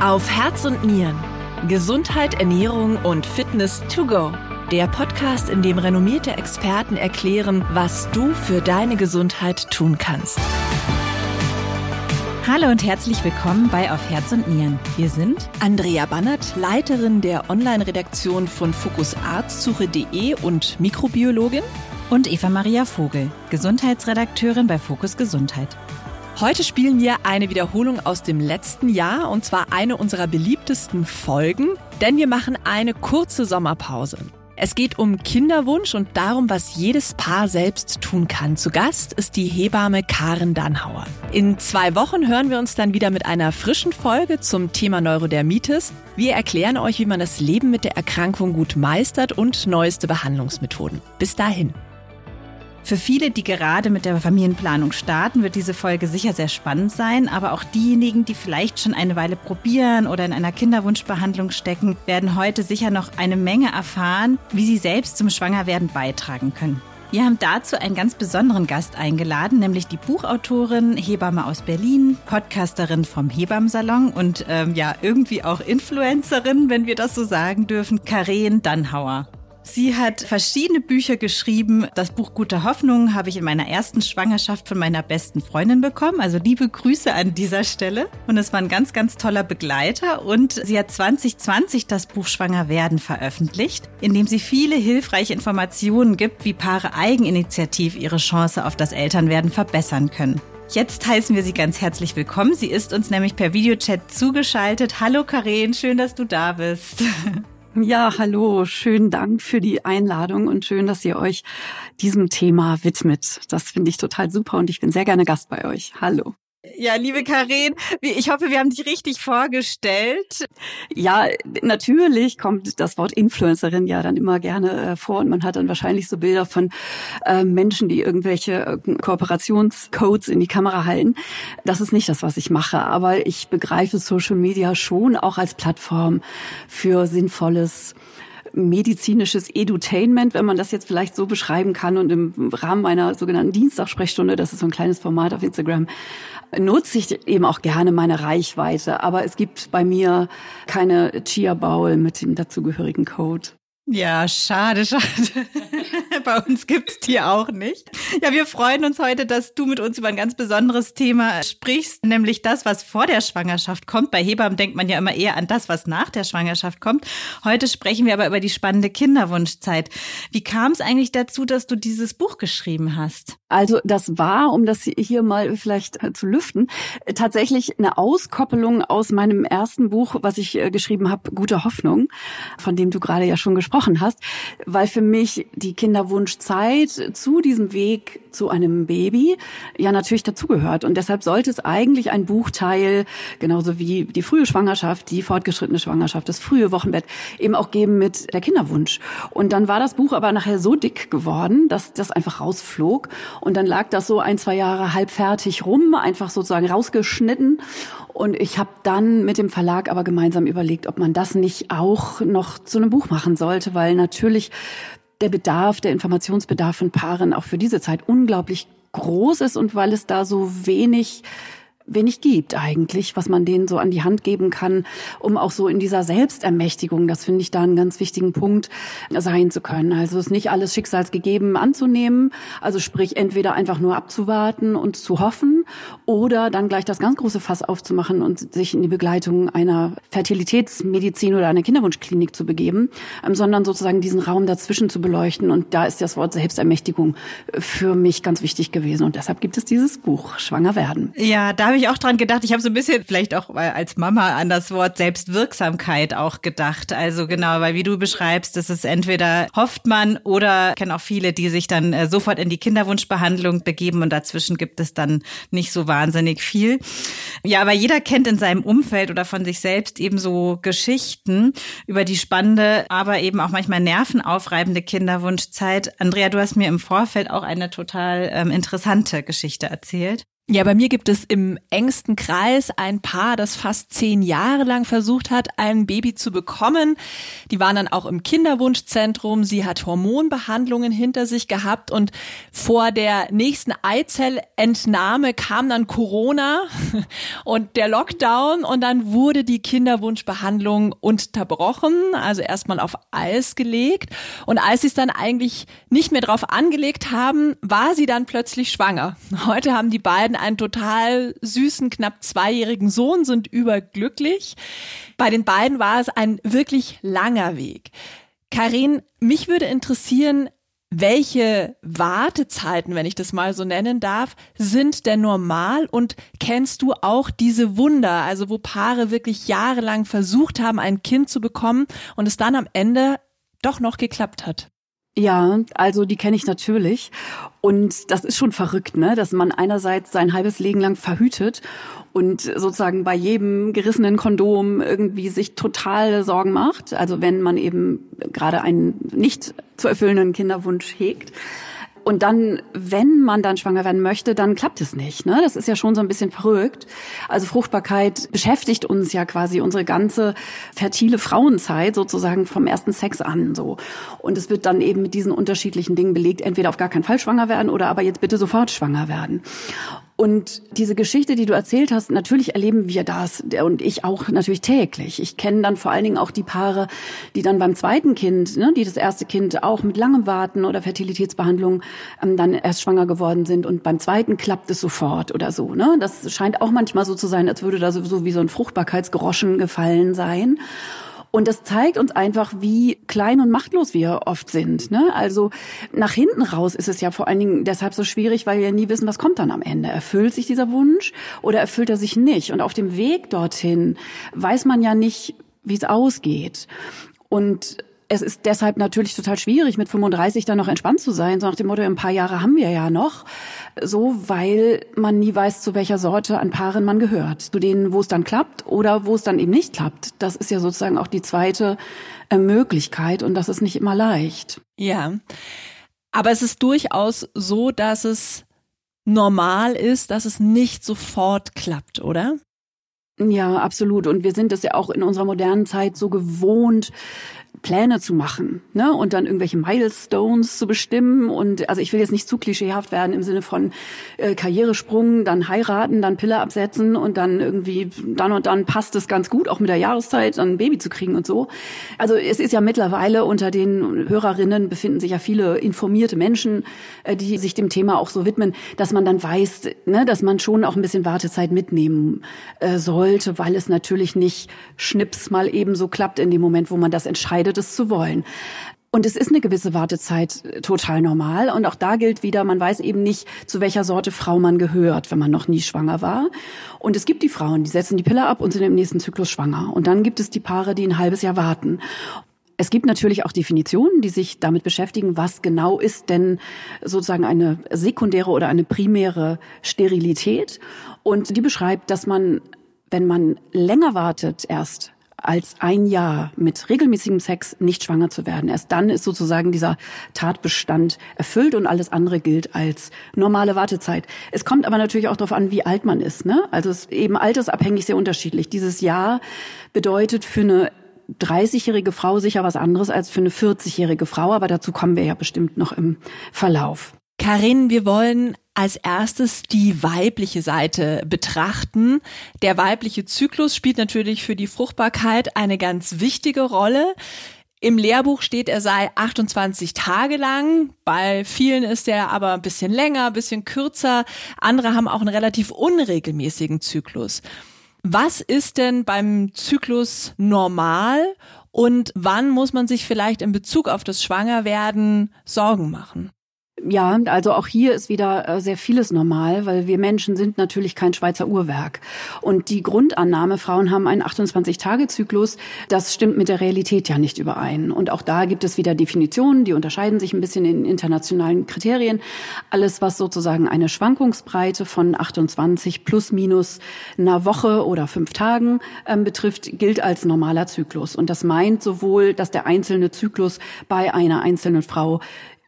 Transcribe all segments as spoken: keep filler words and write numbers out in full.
Auf Herz und Nieren. Gesundheit, Ernährung und Fitness to go. Der Podcast, in dem renommierte Experten erklären, was du für deine Gesundheit tun kannst. Hallo und herzlich willkommen bei Auf Herz und Nieren. Wir sind Andrea Bannert, Leiterin der Online-Redaktion von fokus arztsuche punkt de und Mikrobiologin. Und Eva Maria Vogel, Gesundheitsredakteurin bei Fokus Gesundheit. Heute spielen wir eine Wiederholung aus dem letzten Jahr, und zwar eine unserer beliebtesten Folgen, denn wir machen eine kurze Sommerpause. Es geht um Kinderwunsch und darum, was jedes Paar selbst tun kann. Zu Gast ist die Hebamme Karen Dannhauer. In zwei Wochen hören wir uns dann wieder mit einer frischen Folge zum Thema Neurodermitis. Wir erklären euch, wie man das Leben mit der Erkrankung gut meistert und neueste Behandlungsmethoden. Bis dahin. Für viele, die gerade mit der Familienplanung starten, wird diese Folge sicher sehr spannend sein. Aber auch diejenigen, die vielleicht schon eine Weile probieren oder in einer Kinderwunschbehandlung stecken, werden heute sicher noch eine Menge erfahren, wie sie selbst zum Schwangerwerden beitragen können. Wir haben dazu einen ganz besonderen Gast eingeladen, nämlich die Buchautorin, Hebamme aus Berlin, Podcasterin vom Hebammensalon und ähm, ja irgendwie auch Influencerin, wenn wir das so sagen dürfen, Karen Dannhauer. Sie hat verschiedene Bücher geschrieben. Das Buch Gute Hoffnung habe ich in meiner ersten Schwangerschaft von meiner besten Freundin bekommen. Also liebe Grüße an dieser Stelle. Und es war ein ganz, ganz toller Begleiter. Und sie hat zwanzig zwanzig das Buch Schwanger werden veröffentlicht, in dem sie viele hilfreiche Informationen gibt, wie Paare eigeninitiativ ihre Chance auf das Elternwerden verbessern können. Jetzt heißen wir sie ganz herzlich willkommen. Sie ist uns nämlich per Videochat zugeschaltet. Hallo Karen, schön, dass du da bist. Ja, hallo, schönen Dank für die Einladung und schön, dass ihr euch diesem Thema widmet. Das finde ich total super und ich bin sehr gerne Gast bei euch. Hallo. Ja, liebe Karen, ich hoffe, wir haben dich richtig vorgestellt. Ja, natürlich kommt das Wort Influencerin ja dann immer gerne äh, vor und man hat dann wahrscheinlich so Bilder von äh, Menschen, die irgendwelche äh, Kooperationscodes in die Kamera halten. Das ist nicht das, was ich mache, aber ich begreife Social Media schon auch als Plattform für sinnvolles medizinisches Edutainment, wenn man das jetzt vielleicht so beschreiben kann. Und im Rahmen meiner sogenannten Dienstagssprechstunde, das ist so ein kleines Format auf Instagram, nutze ich eben auch gerne meine Reichweite. Aber es gibt bei mir keine Chia Bowl mit dem dazugehörigen Code. Ja, schade, schade. Bei uns gibt's die auch nicht. Ja, wir freuen uns heute, dass du mit uns über ein ganz besonderes Thema sprichst, nämlich das, was vor der Schwangerschaft kommt. Bei Hebammen denkt man ja immer eher an das, was nach der Schwangerschaft kommt. Heute sprechen wir aber über die spannende Kinderwunschzeit. Wie kam es eigentlich dazu, dass du dieses Buch geschrieben hast? Also das war, um das hier mal vielleicht zu lüften, tatsächlich eine Auskoppelung aus meinem ersten Buch, was ich geschrieben habe, Gute Hoffnung, von dem du gerade ja schon gesprochen hast, weil für mich die Kinderwunschzeit zu diesem Weg zu einem Baby ja natürlich dazugehört. Und deshalb sollte es eigentlich ein Buchteil, genauso wie die frühe Schwangerschaft, die fortgeschrittene Schwangerschaft, das frühe Wochenbett, eben auch geben mit der Kinderwunsch. Und dann war das Buch aber nachher so dick geworden, dass das einfach rausflog. Und dann lag das so ein, zwei Jahre halbfertig rum, einfach sozusagen rausgeschnitten. Und ich habe dann mit dem Verlag aber gemeinsam überlegt, ob man das nicht auch noch zu einem Buch machen sollte, weil natürlich der Bedarf, der Informationsbedarf von Paaren auch für diese Zeit unglaublich groß ist und weil es da so wenig wenig gibt eigentlich, was man denen so an die Hand geben kann, um auch so in dieser Selbstermächtigung, das finde ich da einen ganz wichtigen Punkt, sein zu können. Also es ist nicht alles schicksalsgegeben anzunehmen, also sprich entweder einfach nur abzuwarten und zu hoffen oder dann gleich das ganz große Fass aufzumachen und sich in die Begleitung einer Fertilitätsmedizin oder einer Kinderwunschklinik zu begeben, sondern sozusagen diesen Raum dazwischen zu beleuchten. Und da ist das Wort Selbstermächtigung für mich ganz wichtig gewesen. Und deshalb gibt es dieses Buch, Schwanger werden. Ja, da habe ich auch dran gedacht. Ich habe so ein bisschen vielleicht auch als Mama an das Wort Selbstwirksamkeit auch gedacht. Also genau, weil wie du beschreibst, das ist entweder hofft man oder ich kenne auch viele, die sich dann äh, sofort in die Kinderwunschbehandlung begeben und dazwischen gibt es dann nicht so wahnsinnig viel. Ja, aber jeder kennt in seinem Umfeld oder von sich selbst eben so Geschichten über die spannende, aber eben auch manchmal nervenaufreibende Kinderwunschzeit. Andrea, du hast mir im Vorfeld auch eine total ähm, interessante Geschichte erzählt. Ja, bei mir gibt es im engsten Kreis ein Paar, das fast zehn Jahre lang versucht hat, ein Baby zu bekommen. Die waren dann auch im Kinderwunschzentrum. Sie hat Hormonbehandlungen hinter sich gehabt und vor der nächsten Eizellentnahme kam dann Corona und der Lockdown und dann wurde die Kinderwunschbehandlung unterbrochen, also erstmal auf Eis gelegt. Und als sie es dann eigentlich nicht mehr drauf angelegt haben, war sie dann plötzlich schwanger. Heute haben die beiden einen total süßen, knapp zweijährigen Sohn, sind überglücklich. Bei den beiden war es ein wirklich langer Weg. Karin, mich würde interessieren, welche Wartezeiten, wenn ich das mal so nennen darf, sind denn normal und kennst du auch diese Wunder, also wo Paare wirklich jahrelang versucht haben, ein Kind zu bekommen und es dann am Ende doch noch geklappt hat? Ja, also die kenne ich natürlich. Und das ist schon verrückt, ne, dass man einerseits sein halbes Leben lang verhütet und sozusagen bei jedem gerissenen Kondom irgendwie sich total Sorgen macht. Also wenn man eben gerade einen nicht zu erfüllenden Kinderwunsch hegt. Und dann, wenn man dann schwanger werden möchte, dann klappt es nicht, ne? Das ist ja schon so ein bisschen verrückt. Also Fruchtbarkeit beschäftigt uns ja quasi unsere ganze fertile Frauenzeit sozusagen vom ersten Sex an, so. Und es wird dann eben mit diesen unterschiedlichen Dingen belegt, entweder auf gar keinen Fall schwanger werden oder aber jetzt bitte sofort schwanger werden. Und diese Geschichte, die du erzählt hast, natürlich erleben wir das und ich auch natürlich täglich. Ich kenne dann vor allen Dingen auch die Paare, die dann beim zweiten Kind, ne, die das erste Kind auch mit langem Warten oder Fertilitätsbehandlung ähm, dann erst schwanger geworden sind und beim zweiten klappt es sofort oder so. Ne? Das scheint auch manchmal so zu sein, als würde da sowieso wie so ein Fruchtbarkeitsgroschen gefallen sein. Und das zeigt uns einfach, wie klein und machtlos wir oft sind, ne? Also nach hinten raus ist es ja vor allen Dingen deshalb so schwierig, weil wir nie wissen, was kommt dann am Ende. Erfüllt sich dieser Wunsch oder erfüllt er sich nicht? Und auf dem Weg dorthin weiß man ja nicht, wie es ausgeht. Und es ist deshalb natürlich total schwierig, mit fünfunddreißig dann noch entspannt zu sein. So nach dem Motto, ein paar Jahre haben wir ja noch. So, weil man nie weiß, zu welcher Sorte an Paaren man gehört. Zu denen, wo es dann klappt oder wo es dann eben nicht klappt. Das ist ja sozusagen auch die zweite äh, Möglichkeit und das ist nicht immer leicht. Ja, aber es ist durchaus so, dass es normal ist, dass es nicht sofort klappt, oder? Ja, absolut. Und wir sind es ja auch in unserer modernen Zeit so gewohnt, Pläne zu machen, ne, und dann irgendwelche Milestones zu bestimmen und also ich will jetzt nicht zu klischeehaft werden im Sinne von äh, Karrieresprung, dann heiraten, dann Pille absetzen und dann irgendwie dann und dann passt es ganz gut, auch mit der Jahreszeit, dann ein Baby zu kriegen und so. Also es ist ja mittlerweile unter den Hörerinnen befinden sich ja viele informierte Menschen, äh, die sich dem Thema auch so widmen, dass man dann weiß, ne, dass man schon auch ein bisschen Wartezeit mitnehmen äh, sollte, weil es natürlich nicht schnips mal eben so klappt in dem Moment, wo man das entscheidet, das zu wollen. Und es ist eine gewisse Wartezeit total normal. Und auch da gilt wieder, man weiß eben nicht, zu welcher Sorte Frau man gehört, wenn man noch nie schwanger war. Und es gibt die Frauen, die setzen die Pille ab und sind im nächsten Zyklus schwanger. Und dann gibt es die Paare, die ein halbes Jahr warten. Es gibt natürlich auch Definitionen, die sich damit beschäftigen, was genau ist denn sozusagen eine sekundäre oder eine primäre Sterilität. Und die beschreibt, dass man, wenn man länger wartet erst, als ein Jahr mit regelmäßigem Sex nicht schwanger zu werden. Erst dann ist sozusagen dieser Tatbestand erfüllt und alles andere gilt als normale Wartezeit. Es kommt aber natürlich auch darauf an, wie alt man ist, ne? Also es ist eben altersabhängig sehr unterschiedlich. Dieses Jahr bedeutet für eine dreißigjährige Frau sicher was anderes als für eine vierzigjährige Frau, aber dazu kommen wir ja bestimmt noch im Verlauf. Karin, wir wollen als erstes die weibliche Seite betrachten. Der weibliche Zyklus spielt natürlich für die Fruchtbarkeit eine ganz wichtige Rolle. Im Lehrbuch steht, er sei achtundzwanzig Tage lang. Bei vielen ist er aber ein bisschen länger, ein bisschen kürzer. Andere haben auch einen relativ unregelmäßigen Zyklus. Was ist denn beim Zyklus normal und wann muss man sich vielleicht in Bezug auf das Schwangerwerden Sorgen machen? Ja, also auch hier ist wieder äh, sehr vieles normal, weil wir Menschen sind natürlich kein Schweizer Uhrwerk. Und die Grundannahme, Frauen haben einen achtundzwanzig-Tage-Zyklus, das stimmt mit der Realität ja nicht überein. Und auch da gibt es wieder Definitionen, die unterscheiden sich ein bisschen in internationalen Kriterien. Alles, was sozusagen eine Schwankungsbreite von achtundzwanzig plus minus einer Woche oder fünf Tagen ähm, betrifft, gilt als normaler Zyklus. Und das meint sowohl, dass der einzelne Zyklus bei einer einzelnen Frau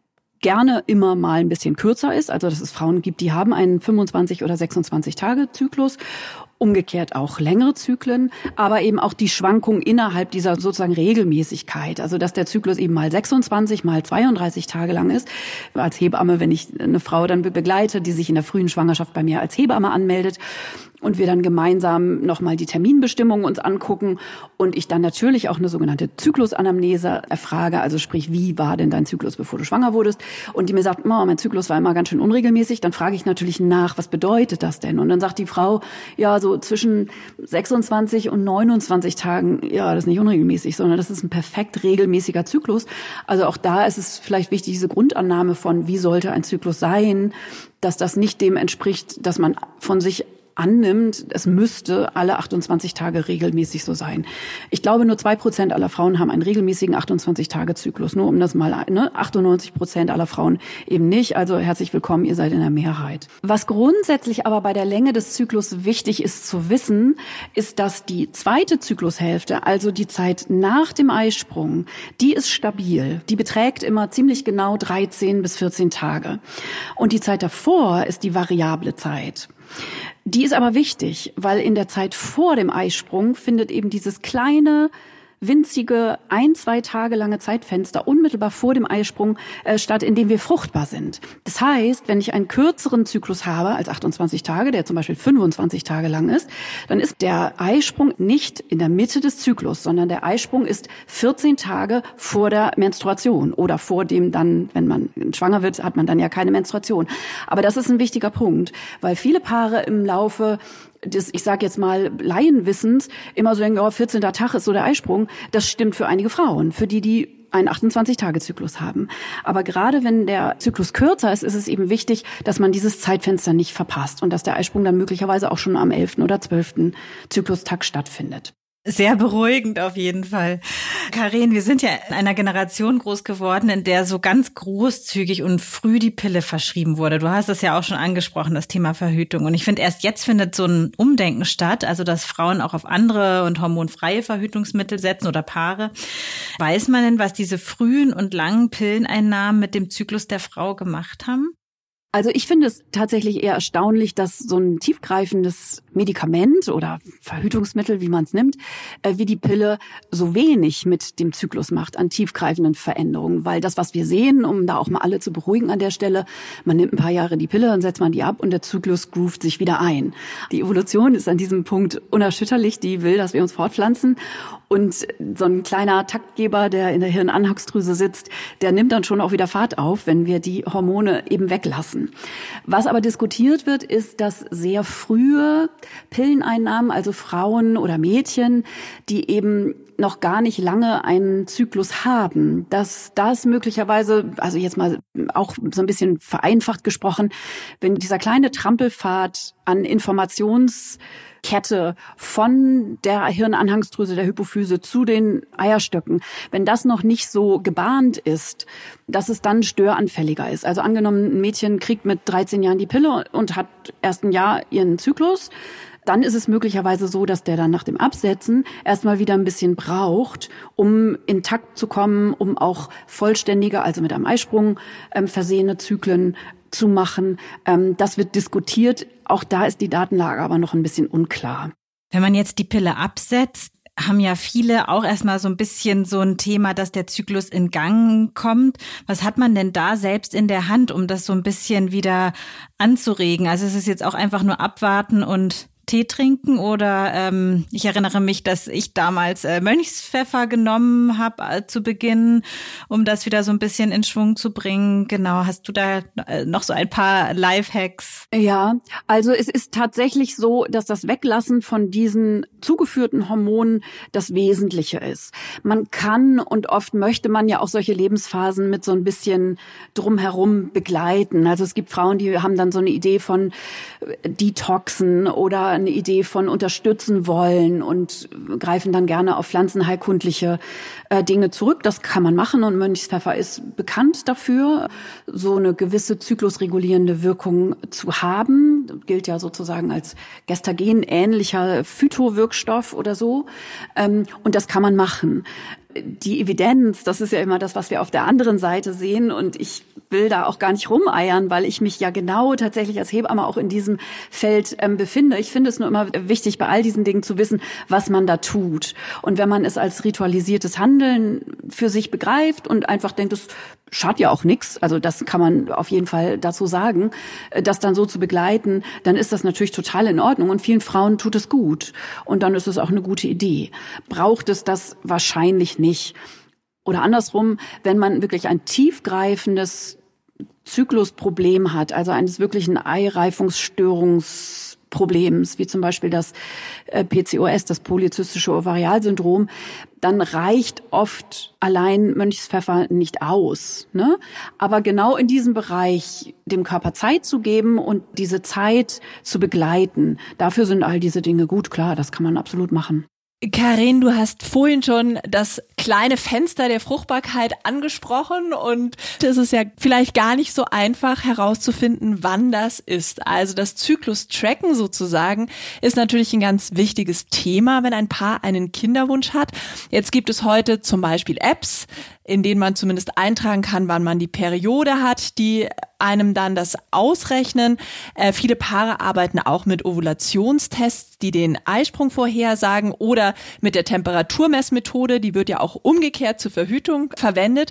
gerne immer mal ein bisschen kürzer ist. Also dass es Frauen gibt, die haben einen fünfundzwanzig oder sechsundzwanzig Tage Zyklus. Umgekehrt auch längere Zyklen, aber eben auch die Schwankung innerhalb dieser sozusagen Regelmäßigkeit. Also dass der Zyklus eben mal sechsundzwanzig, mal zweiunddreißig Tage lang ist. Als Hebamme, wenn ich eine Frau dann begleite, die sich in der frühen Schwangerschaft bei mir als Hebamme anmeldet und wir dann gemeinsam nochmal die Terminbestimmungen uns angucken und ich dann natürlich auch eine sogenannte Zyklusanamnese erfrage, also sprich, wie war denn dein Zyklus, bevor du schwanger wurdest? Und die mir sagt, oh, mein Zyklus war immer ganz schön unregelmäßig, dann frage ich natürlich nach, was bedeutet das denn? Und dann sagt die Frau, ja, so zwischen sechsundzwanzig und neunundzwanzig Tagen, ja, das ist nicht unregelmäßig, sondern das ist ein perfekt regelmäßiger Zyklus. Also auch da ist es vielleicht wichtig, diese Grundannahme von, wie sollte ein Zyklus sein, dass das nicht dem entspricht, dass man von sich annimmt, es müsste alle achtundzwanzig Tage regelmäßig so sein. Ich glaube, nur zwei Prozent aller Frauen haben einen regelmäßigen achtundzwanzig-Tage-Zyklus. Nur um das mal, ne, achtundneunzig Prozent aller Frauen eben nicht. Also herzlich willkommen, ihr seid in der Mehrheit. Was grundsätzlich aber bei der Länge des Zyklus wichtig ist zu wissen, ist, dass die zweite Zyklushälfte, also die Zeit nach dem Eisprung, die ist stabil. Die beträgt immer ziemlich genau dreizehn bis vierzehn Tage. Und die Zeit davor ist die variable Zeit. Die ist aber wichtig, weil in der Zeit vor dem Eisprung findet eben dieses kleine, winzige, ein, zwei Tage lange Zeitfenster unmittelbar vor dem Eisprung äh, statt, in dem wir fruchtbar sind. Das heißt, wenn ich einen kürzeren Zyklus habe als achtundzwanzig Tage, der zum Beispiel fünfundzwanzig Tage lang ist, dann ist der Eisprung nicht in der Mitte des Zyklus, sondern der Eisprung ist vierzehn Tage vor der Menstruation oder vor dem dann, wenn man schwanger wird, hat man dann ja keine Menstruation. Aber das ist ein wichtiger Punkt, weil viele Paare im Laufe des, ich sage jetzt mal, Laienwissens immer so denken, oh, vierzehnter Tag ist so der Eisprung. Das stimmt für einige Frauen, für die, die einen achtundzwanzig-Tage-Zyklus haben. Aber gerade wenn der Zyklus kürzer ist, ist es eben wichtig, dass man dieses Zeitfenster nicht verpasst und dass der Eisprung dann möglicherweise auch schon am elften oder zwölften Zyklustag stattfindet. Sehr beruhigend auf jeden Fall. Karin, wir sind ja in einer Generation groß geworden, in der so ganz großzügig und früh die Pille verschrieben wurde. Du hast es ja auch schon angesprochen, das Thema Verhütung. Und ich finde, erst jetzt findet so ein Umdenken statt, also dass Frauen auch auf andere und hormonfreie Verhütungsmittel setzen oder Paare. Weiß man denn, was diese frühen und langen Pilleneinnahmen mit dem Zyklus der Frau gemacht haben? Also ich finde es tatsächlich eher erstaunlich, dass so ein tiefgreifendes Medikament oder Verhütungsmittel, wie man es nimmt, äh, wie die Pille, so wenig mit dem Zyklus macht an tiefgreifenden Veränderungen. Weil das, was wir sehen, um da auch mal alle zu beruhigen an der Stelle, man nimmt ein paar Jahre die Pille, dann setzt man die ab und der Zyklus groovt sich wieder ein. Die Evolution ist an diesem Punkt unerschütterlich, die will, dass wir uns fortpflanzen. Und so ein kleiner Taktgeber, der in der Hirnanhangsdrüse sitzt, der nimmt dann schon auch wieder Fahrt auf, wenn wir die Hormone eben weglassen. Was aber diskutiert wird, ist, dass sehr frühe Pilleneinnahmen, also Frauen oder Mädchen, die eben noch gar nicht lange einen Zyklus haben, dass das möglicherweise, also jetzt mal auch so ein bisschen vereinfacht gesprochen, wenn dieser kleine Trampelpfad an Informations Kette von der Hirnanhangsdrüse, der Hypophyse zu den Eierstöcken, wenn das noch nicht so gebahnt ist, dass es dann störanfälliger ist. Also angenommen, ein Mädchen kriegt mit dreizehn Jahren die Pille und hat erst ein Jahr ihren Zyklus, dann ist es möglicherweise so, dass der dann nach dem Absetzen erstmal wieder ein bisschen braucht, um in Takt zu kommen, um auch vollständige, also mit einem Eisprung ähm, versehene Zyklen zu machen. Ähm, das wird diskutiert. Auch da ist die Datenlage aber noch ein bisschen unklar. Wenn man jetzt die Pille absetzt, haben ja viele auch erstmal so ein bisschen so ein Thema, dass der Zyklus in Gang kommt. Was hat man denn da selbst in der Hand, um das so ein bisschen wieder anzuregen? Also es ist jetzt auch einfach nur abwarten und Tee trinken oder ähm, ich erinnere mich, dass ich damals äh, Mönchspfeffer genommen habe äh, zu Beginn, um das wieder so ein bisschen in Schwung zu bringen. Genau, hast du da äh, noch so ein paar Lifehacks? Ja, also es ist tatsächlich so, dass das Weglassen von diesen zugeführten Hormonen das Wesentliche ist. Man kann und oft möchte man ja auch solche Lebensphasen mit so ein bisschen drumherum begleiten. Also es gibt Frauen, die haben dann so eine Idee von Detoxen oder eine Idee von unterstützen wollen und greifen dann gerne auf pflanzenheilkundliche äh, Dinge zurück. Das kann man machen und Mönchspfeffer ist bekannt dafür, so eine gewisse zyklusregulierende Wirkung zu haben. Das gilt ja sozusagen als Gestagen-ähnlicher Phytowirkstoff oder so. Ähm, und das kann man machen. die Evidenz, das ist ja immer das, was wir auf der anderen Seite sehen. Und ich will da auch gar nicht rumeiern, weil ich mich ja genau tatsächlich als Hebamme auch in diesem Feld ähm, befinde. Ich finde es nur immer wichtig, bei all diesen Dingen zu wissen, was man da tut. Und wenn man es als ritualisiertes Handeln für sich begreift und einfach denkt, das schadet ja auch nichts, also das kann man auf jeden Fall dazu sagen, das dann so zu begleiten, dann ist das natürlich total in Ordnung und vielen Frauen tut es gut und dann ist es auch eine gute Idee. Braucht es das wahrscheinlich nicht. Oder andersrum, wenn man wirklich ein tiefgreifendes Zyklusproblem hat, also eines wirklichen Eireifungsstörungsproblems, wie zum Beispiel das P C O S, das polyzystische Ovarialsyndrom, dann reicht oft allein Mönchspfeffer nicht aus, ne? Aber genau in diesem Bereich dem Körper Zeit zu geben und diese Zeit zu begleiten, dafür sind all diese Dinge gut. Klar, das kann man absolut machen. Karin, du hast vorhin schon das kleine Fenster der Fruchtbarkeit angesprochen und es ist ja vielleicht gar nicht so einfach herauszufinden, wann das ist. Also das Zyklus-Tracken sozusagen ist natürlich ein ganz wichtiges Thema, wenn ein Paar einen Kinderwunsch hat. Jetzt gibt es heute zum Beispiel Apps, in denen man zumindest eintragen kann, wann man die Periode hat, die einem dann das ausrechnen. Äh, viele Paare arbeiten auch mit Ovulationstests, die den Eisprung vorhersagen oder mit der Temperaturmessmethode, die wird ja auch umgekehrt zur Verhütung verwendet.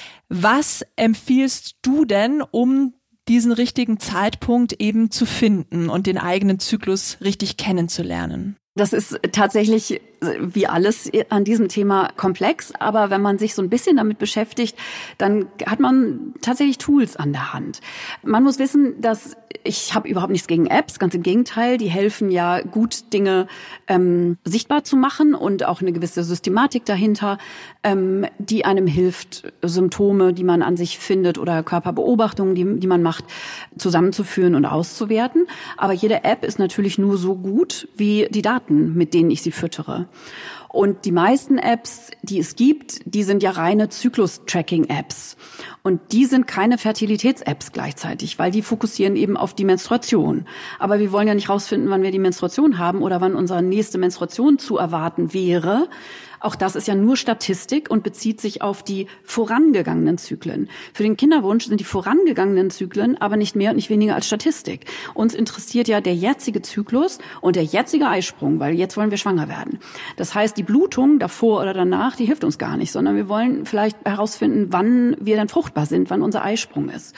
Was empfiehlst du denn, um diesen richtigen Zeitpunkt eben zu finden und den eigenen Zyklus richtig kennenzulernen? Das ist tatsächlich wie alles an diesem Thema komplex, aber wenn man sich so ein bisschen damit beschäftigt, dann hat man tatsächlich Tools an der Hand. Man muss wissen, dass ich habe überhaupt nichts gegen Apps, ganz im Gegenteil, die helfen ja gut, Dinge ähm, sichtbar zu machen und auch eine gewisse Systematik dahinter, ähm, die einem hilft, Symptome, die man an sich findet oder Körperbeobachtungen, die, die man macht, zusammenzuführen und auszuwerten. Aber jede App ist natürlich nur so gut wie die Daten, mit denen ich sie füttere. Und die meisten Apps, die es gibt, die sind ja reine Zyklus-Tracking-Apps. Und die sind keine Fertilitäts-Apps gleichzeitig, weil die fokussieren eben auf die Menstruation. Aber wir wollen ja nicht rausfinden, wann wir die Menstruation haben oder wann unsere nächste Menstruation zu erwarten wäre. Auch das ist ja nur Statistik und bezieht sich auf die vorangegangenen Zyklen. Für den Kinderwunsch sind die vorangegangenen Zyklen aber nicht mehr und nicht weniger als Statistik. Uns interessiert ja der jetzige Zyklus und der jetzige Eisprung, weil jetzt wollen wir schwanger werden. Das heißt, die Blutung davor oder danach, die hilft uns gar nicht, sondern wir wollen vielleicht herausfinden, wann wir dann fruchtbar sind, wann unser Eisprung ist.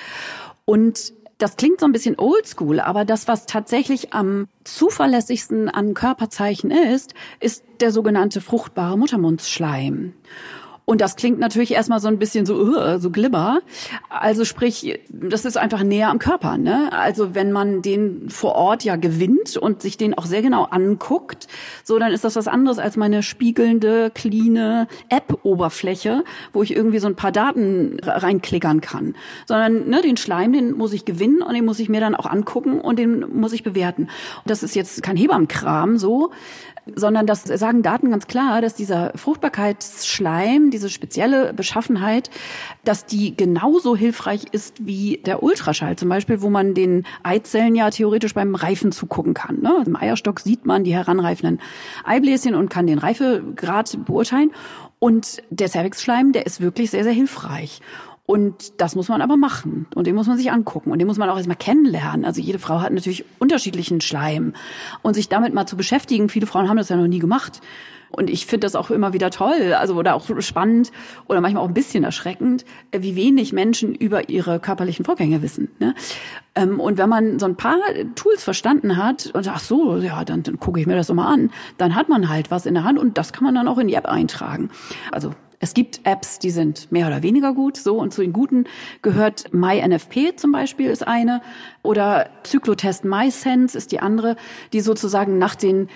Und das klingt so ein bisschen oldschool, aber das, was tatsächlich am zuverlässigsten an Körperzeichen ist, ist der sogenannte fruchtbare Muttermundsschleim. Und das klingt natürlich erstmal so ein bisschen so, uh, so glibber. Also sprich, das ist einfach näher am Körper, ne? Also wenn man den vor Ort ja gewinnt und sich den auch sehr genau anguckt, so, dann ist das was anderes als meine spiegelnde, cleane App-Oberfläche, wo ich irgendwie so ein paar Daten reinklickern kann. Sondern, ne, den Schleim, den muss ich gewinnen und den muss ich mir dann auch angucken und den muss ich bewerten. Und das ist jetzt kein Hebammenkram so, sondern das sagen Daten ganz klar, dass dieser Fruchtbarkeitsschleim, diese spezielle Beschaffenheit, dass die genauso hilfreich ist wie der Ultraschall zum Beispiel, wo man den Eizellen ja theoretisch beim Reifen zugucken kann. Ne? Im Eierstock sieht man die heranreifenden Eibläschen und kann den Reifegrad beurteilen. Und der Zervixschleim, der ist wirklich sehr, sehr hilfreich. Und das muss man aber machen und den muss man sich angucken und den muss man auch erstmal kennenlernen. Also jede Frau hat natürlich unterschiedlichen Schleim und sich damit mal zu beschäftigen. Viele Frauen haben das ja noch nie gemacht. Und ich finde das auch immer wieder toll, also oder auch spannend oder manchmal auch ein bisschen erschreckend, wie wenig Menschen über ihre körperlichen Vorgänge wissen. Ne? Und wenn man so ein paar Tools verstanden hat und ach so, ja, dann, dann gucke ich mir das doch mal an, dann hat man halt was in der Hand und das kann man dann auch in die App eintragen. Also es gibt Apps, die sind mehr oder weniger gut, so, und zu den guten gehört MyNFP zum Beispiel ist eine oder Zyklotest MySense ist die andere, die sozusagen nach den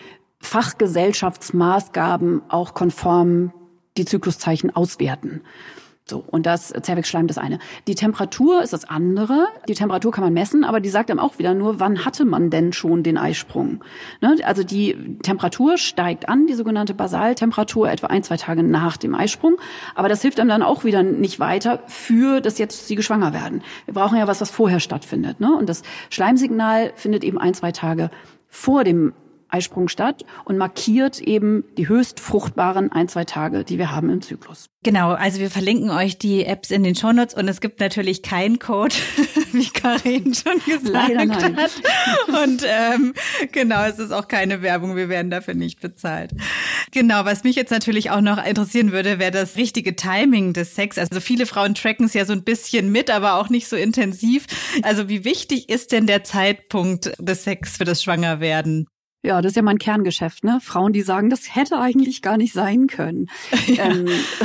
Fachgesellschaftsmaßgaben auch konform die Zykluszeichen auswerten. So, und das Zervixschleim das eine. Die Temperatur ist das andere. Die Temperatur kann man messen, aber die sagt einem auch wieder nur, wann hatte man denn schon den Eisprung? Ne? Also die Temperatur steigt an, die sogenannte Basaltemperatur, etwa ein, zwei Tage nach dem Eisprung. Aber das hilft einem dann auch wieder nicht weiter für das jetzt Sie schwanger werden. Wir brauchen ja was, was vorher stattfindet. Ne? Und das Schleimsignal findet eben ein, zwei Tage vor dem Eisprung statt und markiert eben die höchst fruchtbaren ein, zwei Tage, die wir haben im Zyklus. Genau, also wir verlinken euch die Apps in den Shownotes und es gibt natürlich keinen Code, wie Karin schon gesagt Leider nein. hat. Und ähm, genau, es ist auch keine Werbung, wir werden dafür nicht bezahlt. Genau, was mich jetzt natürlich auch noch interessieren würde, wäre das richtige Timing des Sex. Also viele Frauen tracken es ja so ein bisschen mit, aber auch nicht so intensiv. Also wie wichtig ist denn der Zeitpunkt des Sex für das Schwangerwerden? Ja, das ist ja mein Kerngeschäft, ne? Frauen, die sagen, das hätte eigentlich gar nicht sein können. Ja. Ähm,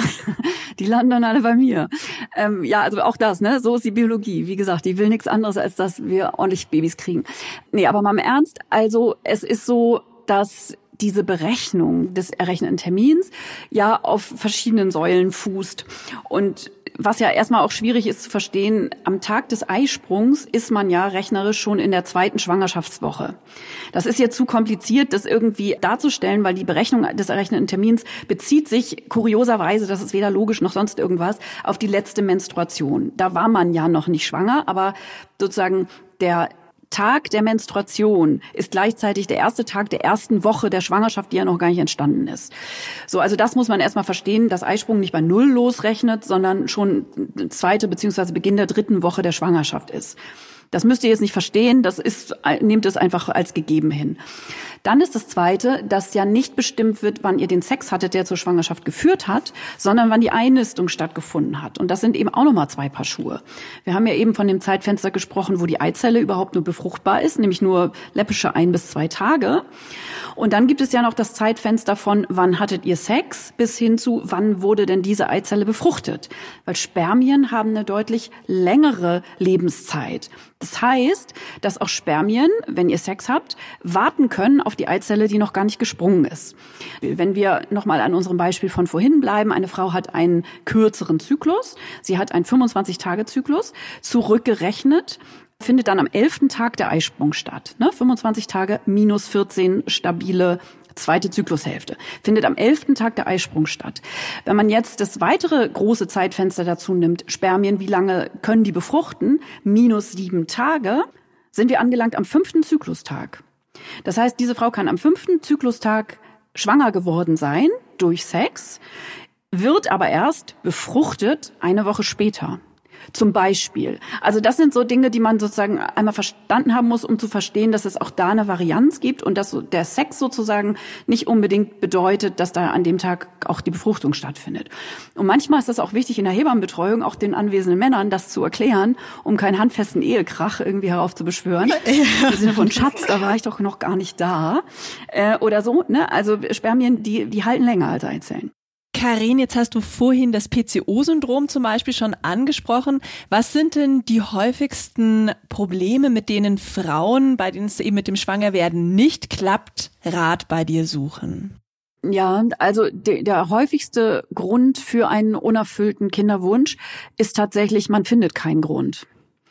die landen dann alle bei mir. Ähm, ja, also auch das, ne? So ist die Biologie. Wie gesagt, die will nichts anderes, als dass wir ordentlich Babys kriegen. Nee, aber mal im Ernst. Also es ist so, dass diese Berechnung des errechneten Termins ja auf verschiedenen Säulen fußt. Und was ja erstmal auch schwierig ist zu verstehen, am Tag des Eisprungs ist man ja rechnerisch schon in der zweiten Schwangerschaftswoche. Das ist jetzt zu kompliziert, das irgendwie darzustellen, weil die Berechnung des errechneten Termins bezieht sich kurioserweise, das ist weder logisch noch sonst irgendwas, auf die letzte Menstruation. Da war man ja noch nicht schwanger, aber sozusagen der Tag der Menstruation ist gleichzeitig der erste Tag der ersten Woche der Schwangerschaft, die ja noch gar nicht entstanden ist. So, also das muss man erstmal verstehen, dass Eisprung nicht bei Null losrechnet, sondern schon zweite beziehungsweise Beginn der dritten Woche der Schwangerschaft ist. Das müsst ihr jetzt nicht verstehen, das ist, nehmt es einfach als gegeben hin. Dann ist das Zweite, dass ja nicht bestimmt wird, wann ihr den Sex hattet, der zur Schwangerschaft geführt hat, sondern wann die Einnistung stattgefunden hat. Und das sind eben auch nochmal zwei Paar Schuhe. Wir haben ja eben von dem Zeitfenster gesprochen, wo die Eizelle überhaupt nur befruchtbar ist, nämlich nur läppische ein bis zwei Tage. Und dann gibt es ja noch das Zeitfenster von, wann hattet ihr Sex, bis hin zu, wann wurde denn diese Eizelle befruchtet. Weil Spermien haben eine deutlich längere Lebenszeit. Das heißt, dass auch Spermien, wenn ihr Sex habt, warten können auf die Eizelle, die noch gar nicht gesprungen ist. Wenn wir nochmal an unserem Beispiel von vorhin bleiben, eine Frau hat einen kürzeren Zyklus, sie hat einen fünfundzwanzig-Tage-Zyklus, zurückgerechnet, findet dann am elften Tag der Eisprung statt. Ne? fünfundzwanzig Tage minus vierzehn stabile zweite Zyklushälfte. Findet am elften Tag der Eisprung statt. Wenn man jetzt das weitere große Zeitfenster dazu nimmt, Spermien, wie lange können die befruchten, minus sieben Tage, sind wir angelangt am fünften Zyklustag. Das heißt, diese Frau kann am fünften Zyklustag schwanger geworden sein durch Sex, wird aber erst befruchtet eine Woche später. Zum Beispiel. Also das sind so Dinge, die man sozusagen einmal verstanden haben muss, um zu verstehen, dass es auch da eine Varianz gibt und dass der Sex sozusagen nicht unbedingt bedeutet, dass da an dem Tag auch die Befruchtung stattfindet. Und manchmal ist das auch wichtig in der Hebammenbetreuung, auch den anwesenden Männern das zu erklären, um keinen handfesten Ehekrach irgendwie heraufzubeschwören. Ja. Im Sinne von Schatz, da war ich doch noch gar nicht da. Äh, oder so, ne? Also Spermien, die, die halten länger als Eizellen. Karin, jetzt hast du vorhin das P C O-Syndrom zum Beispiel schon angesprochen. Was sind denn die häufigsten Probleme, mit denen Frauen, bei denen es eben mit dem Schwangerwerden nicht klappt, Rat bei dir suchen? Ja, also de, der häufigste Grund für einen unerfüllten Kinderwunsch ist tatsächlich, man findet keinen Grund.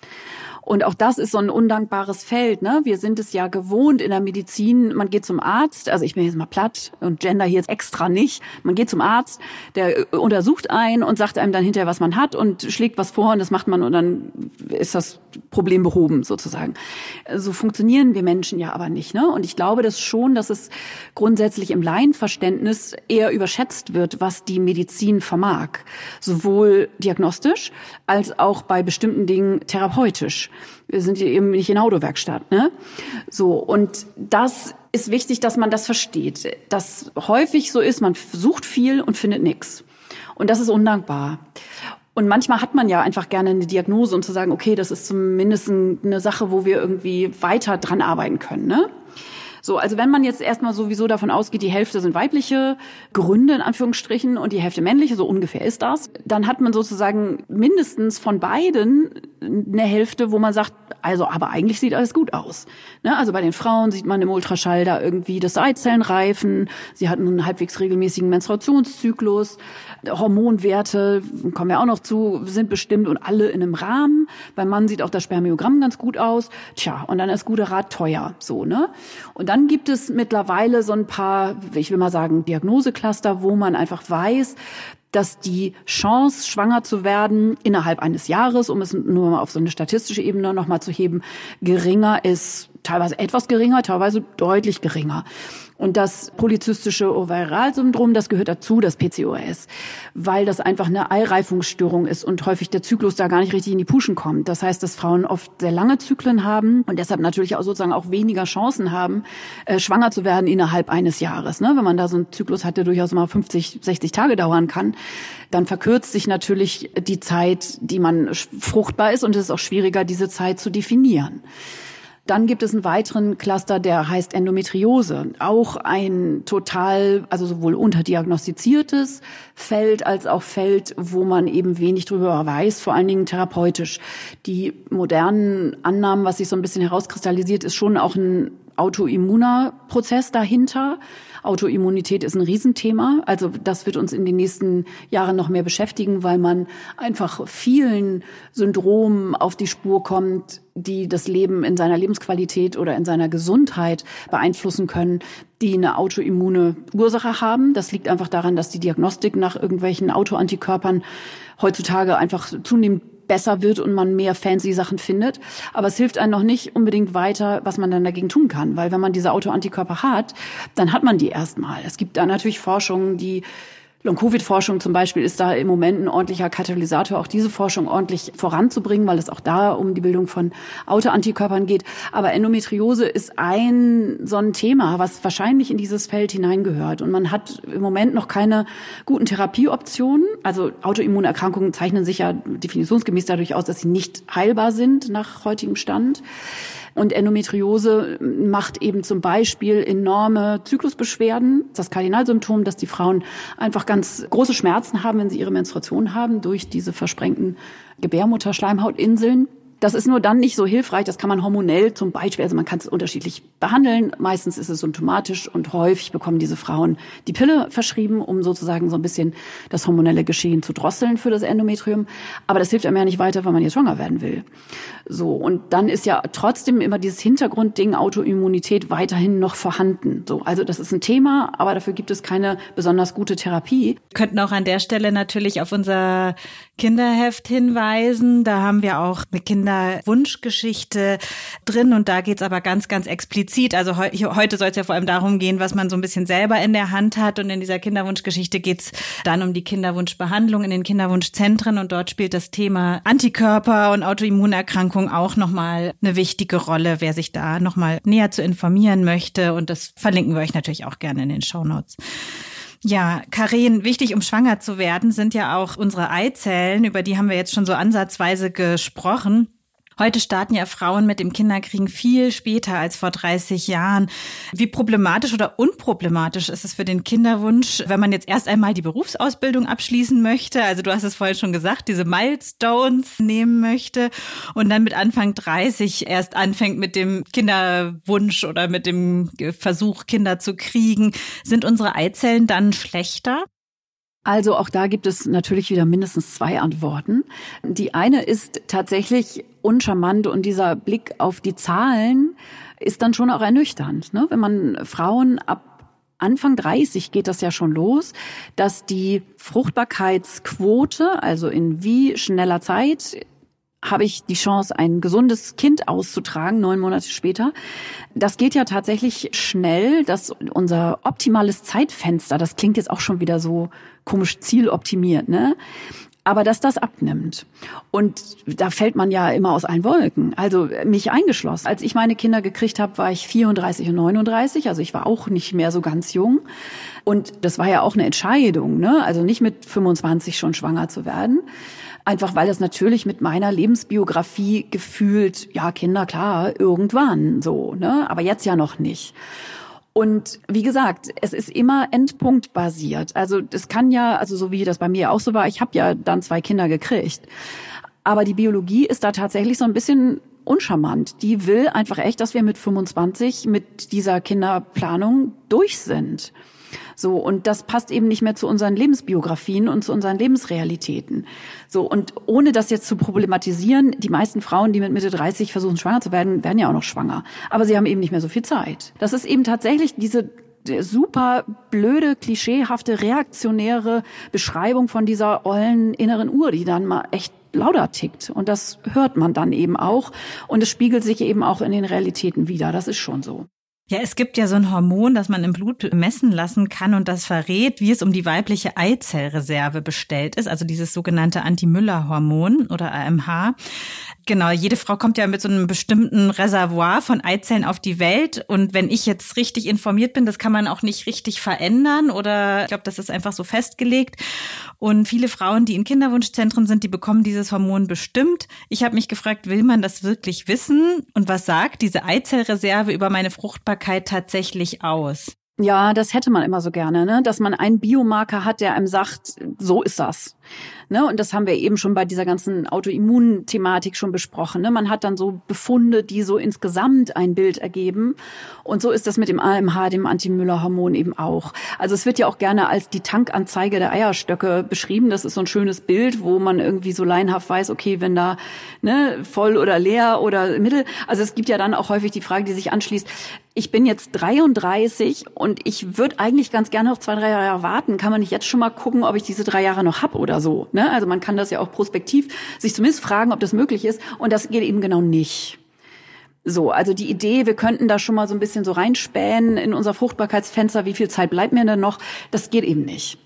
Und auch das ist so ein undankbares Feld, ne? Wir sind es ja gewohnt in der Medizin, man geht zum Arzt, also ich bin jetzt mal platt und gender hier jetzt extra nicht, man geht zum Arzt, der untersucht einen und sagt einem dann hinterher, was man hat und schlägt was vor und das macht man und dann ist das Problem behoben sozusagen. So funktionieren wir Menschen ja aber nicht, ne? Und ich glaube das schon, dass es grundsätzlich im Laienverständnis eher überschätzt wird, was die Medizin vermag. Sowohl diagnostisch als auch bei bestimmten Dingen therapeutisch. Wir sind hier eben nicht in der Autowerkstatt, ne? So, und das ist wichtig, dass man das versteht. Dass häufig so ist, man sucht viel und findet nichts. Und das ist undankbar. Und manchmal hat man ja einfach gerne eine Diagnose, um zu sagen, okay, das ist zumindest eine Sache, wo wir irgendwie weiter dran arbeiten können, ne? So, also wenn man jetzt erstmal sowieso davon ausgeht, die Hälfte sind weibliche Gründe in Anführungsstrichen und die Hälfte männliche, so ungefähr ist das, dann hat man sozusagen mindestens von beiden eine Hälfte, wo man sagt, also aber eigentlich sieht alles gut aus. Ne? Also bei den Frauen sieht man im Ultraschall da irgendwie, dass Eizellen reifen, sie hatten einen halbwegs regelmäßigen Menstruationszyklus, Hormonwerte, kommen wir auch noch zu, sind bestimmt und alle in einem Rahmen. Beim Mann sieht auch das Spermiogramm ganz gut aus. Tja, und dann ist guter Rat teuer, so, ne? Und dann gibt es mittlerweile so ein paar, ich will mal sagen, Diagnosecluster, wo man einfach weiß, dass die Chance, schwanger zu werden, innerhalb eines Jahres, um es nur mal auf so eine statistische Ebene nochmal zu heben, geringer ist teilweise etwas geringer, teilweise deutlich geringer. Und das polyzystische Ovaralsyndrom, das gehört dazu, das P C O S, weil das einfach eine Eireifungsstörung ist und häufig der Zyklus da gar nicht richtig in die Puschen kommt. Das heißt, dass Frauen oft sehr lange Zyklen haben und deshalb natürlich auch sozusagen auch weniger Chancen haben, äh, schwanger zu werden innerhalb eines Jahres. Ne? Wenn man da so einen Zyklus hat, der durchaus mal fünfzig, sechzig Tage dauern kann, dann verkürzt sich natürlich die Zeit, die man fruchtbar ist, und es ist auch schwieriger, diese Zeit zu definieren. Dann gibt es einen weiteren Cluster, der heißt Endometriose. Auch ein total, also sowohl unterdiagnostiziertes Feld als auch Feld, wo man eben wenig drüber weiß, vor allen Dingen therapeutisch. Die modernen Annahmen, was sich so ein bisschen herauskristallisiert, ist schon auch ein autoimmuner Prozess dahinter. Autoimmunität ist ein Riesenthema. Also das wird uns in den nächsten Jahren noch mehr beschäftigen, weil man einfach vielen Syndromen auf die Spur kommt, die das Leben in seiner Lebensqualität oder in seiner Gesundheit beeinflussen können, die eine autoimmune Ursache haben. Das liegt einfach daran, dass die Diagnostik nach irgendwelchen Autoantikörpern heutzutage einfach zunehmend besser wird und man mehr fancy Sachen findet. Aber es hilft einem noch nicht unbedingt weiter, was man dann dagegen tun kann. Weil wenn man diese Autoantikörper hat, dann hat man die erstmal. Es gibt da natürlich Forschungen, die Long-Covid-Forschung zum Beispiel ist da im Moment ein ordentlicher Katalysator, auch diese Forschung ordentlich voranzubringen, weil es auch da um die Bildung von Autoantikörpern geht. Aber Endometriose ist ein so ein Thema, was wahrscheinlich in dieses Feld hineingehört. Und man hat im Moment noch keine guten Therapieoptionen. Also Autoimmunerkrankungen zeichnen sich ja definitionsgemäß dadurch aus, dass sie nicht heilbar sind nach heutigem Stand. Und Endometriose macht eben zum Beispiel enorme Zyklusbeschwerden. Das Kardinalsymptom, dass die Frauen einfach ganz große Schmerzen haben, wenn sie ihre Menstruation haben, durch diese versprengten Gebärmutterschleimhautinseln. Das ist nur dann nicht so hilfreich, das kann man hormonell zum Beispiel, also man kann es unterschiedlich behandeln. Meistens ist es symptomatisch und häufig bekommen diese Frauen die Pille verschrieben, um sozusagen so ein bisschen das hormonelle Geschehen zu drosseln für das Endometrium. Aber das hilft einem ja nicht weiter, wenn man jetzt schwanger werden will. So, und dann ist ja trotzdem immer dieses Hintergrundding Autoimmunität weiterhin noch vorhanden. So, also das ist ein Thema, aber dafür gibt es keine besonders gute Therapie. Wir könnten auch an der Stelle natürlich auf unser Kinderheft hinweisen. Da haben wir auch eine Kinderwunschgeschichte drin und da geht's aber ganz, ganz explizit. Also heu- heute soll es ja vor allem darum gehen, was man so ein bisschen selber in der Hand hat, und in dieser Kinderwunschgeschichte geht's dann um die Kinderwunschbehandlung in den Kinderwunschzentren, und dort spielt das Thema Antikörper und Autoimmunerkrankung auch nochmal eine wichtige Rolle, wer sich da nochmal näher zu informieren möchte, und das verlinken wir euch natürlich auch gerne in den Shownotes. Ja, Karin, wichtig, um schwanger zu werden, sind ja auch unsere Eizellen, über die haben wir jetzt schon so ansatzweise gesprochen. Heute starten ja Frauen mit dem Kinderkriegen viel später als vor dreißig Jahren. Wie problematisch oder unproblematisch ist es für den Kinderwunsch, wenn man jetzt erst einmal die Berufsausbildung abschließen möchte? Also du hast es vorhin schon gesagt, diese Milestones nehmen möchte und dann mit Anfang dreißig erst anfängt mit dem Kinderwunsch oder mit dem Versuch, Kinder zu kriegen. Sind unsere Eizellen dann schlechter? Also auch da gibt es natürlich wieder mindestens zwei Antworten. Die eine ist tatsächlich uncharmant, und dieser Blick auf die Zahlen ist dann schon auch ernüchternd, ne? Wenn man Frauen ab Anfang dreißig geht das ja schon los, dass die Fruchtbarkeitsquote, also in wie schneller Zeit habe ich die Chance, ein gesundes Kind auszutragen, neun Monate später. Das geht ja tatsächlich schnell, dass unser optimales Zeitfenster, das klingt jetzt auch schon wieder so komisch zieloptimiert, ne? Aber dass das abnimmt. Und da fällt man ja immer aus allen Wolken, also mich eingeschlossen. Als ich meine Kinder gekriegt habe, war ich vierunddreißig und neununddreißig, also ich war auch nicht mehr so ganz jung. Und das war ja auch eine Entscheidung, ne? Also nicht mit fünfundzwanzig schon schwanger zu werden. Einfach weil das natürlich mit meiner Lebensbiografie gefühlt, ja, Kinder, klar, irgendwann so, ne? Aber jetzt ja noch nicht. Und wie gesagt, es ist immer endpunktbasiert. Also das kann ja, also so wie das bei mir auch so war, ich habe ja dann zwei Kinder gekriegt. Aber die Biologie ist da tatsächlich so ein bisschen uncharmant. Die will einfach echt, dass wir mit fünfundzwanzig mit dieser Kinderplanung durch sind. So, und das passt eben nicht mehr zu unseren Lebensbiografien und zu unseren Lebensrealitäten. So, und ohne das jetzt zu problematisieren, die meisten Frauen, die mit Mitte dreißig versuchen, schwanger zu werden, werden ja auch noch schwanger. Aber sie haben eben nicht mehr so viel Zeit. Das ist eben tatsächlich diese super blöde, klischeehafte, reaktionäre Beschreibung von dieser ollen inneren Uhr, die dann mal echt lauter tickt. Und das hört man dann eben auch. Und es spiegelt sich eben auch in den Realitäten wider. Das ist schon so. Ja, es gibt ja so ein Hormon, das man im Blut messen lassen kann und das verrät, wie es um die weibliche Eizellreserve bestellt ist, also dieses sogenannte Anti-Müller-Hormon oder A M H. Genau, jede Frau kommt ja mit so einem bestimmten Reservoir von Eizellen auf die Welt und wenn ich jetzt richtig informiert bin, das kann man auch nicht richtig verändern oder ich glaube, das ist einfach so festgelegt. Und viele Frauen, die in Kinderwunschzentren sind, die bekommen dieses Hormon bestimmt. Ich habe mich gefragt, will man das wirklich wissen und was sagt diese Eizellreserve über meine Fruchtbarkeit tatsächlich aus? Ja, das hätte man immer so gerne, ne? Dass man einen Biomarker hat, der einem sagt, so ist das. Ne, und das haben wir eben schon bei dieser ganzen Autoimmun-Thematik schon besprochen. Ne? Man hat dann so Befunde, die so insgesamt ein Bild ergeben. Und so ist das mit dem A M H, dem Anti-Müller-Hormon eben auch. Also es wird ja auch gerne als die Tankanzeige der Eierstöcke beschrieben. Das ist so ein schönes Bild, wo man irgendwie so laienhaft weiß, okay, wenn da ne, voll oder leer oder mittel. Also es gibt ja dann auch häufig die Frage, die sich anschließt, ich bin jetzt dreiunddreißig und ich würde eigentlich ganz gerne noch zwei, drei Jahre warten. Kann man nicht jetzt schon mal gucken, ob ich diese drei Jahre noch hab oder so? Ne? Also man kann das ja auch prospektiv sich zumindest fragen, ob das möglich ist. Und das geht eben genau nicht. So, also die Idee, wir könnten da schon mal so ein bisschen so reinspähen in unser Fruchtbarkeitsfenster, wie viel Zeit bleibt mir denn noch? Das geht eben nicht.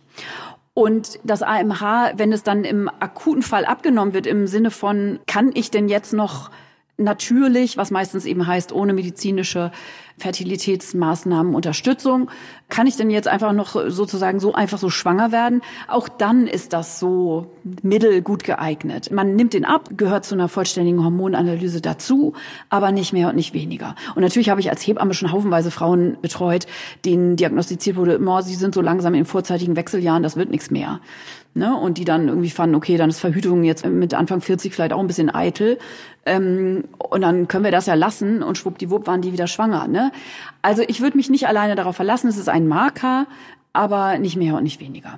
Und das A M H, wenn es dann im akuten Fall abgenommen wird, im Sinne von, kann ich denn jetzt noch natürlich, was meistens eben heißt, ohne medizinische Fertilitätsmaßnahmen, Unterstützung, kann ich denn jetzt einfach noch sozusagen so einfach so schwanger werden? Auch dann ist das so mittelgut geeignet. Man nimmt den ab, gehört zu einer vollständigen Hormonanalyse dazu, aber nicht mehr und nicht weniger. Und natürlich habe ich als Hebamme schon haufenweise Frauen betreut, denen diagnostiziert wurde, oh, sie sind so langsam in vorzeitigen Wechseljahren, das wird nichts mehr. Ne? Und die dann irgendwie fanden, okay, dann ist Verhütung jetzt mit Anfang vierzig vielleicht auch ein bisschen eitel. Ähm, und dann können wir das ja lassen und schwuppdiwupp waren die wieder schwanger. Ne? Also ich würde mich nicht alleine darauf verlassen, es ist ein Marker, aber nicht mehr und nicht weniger.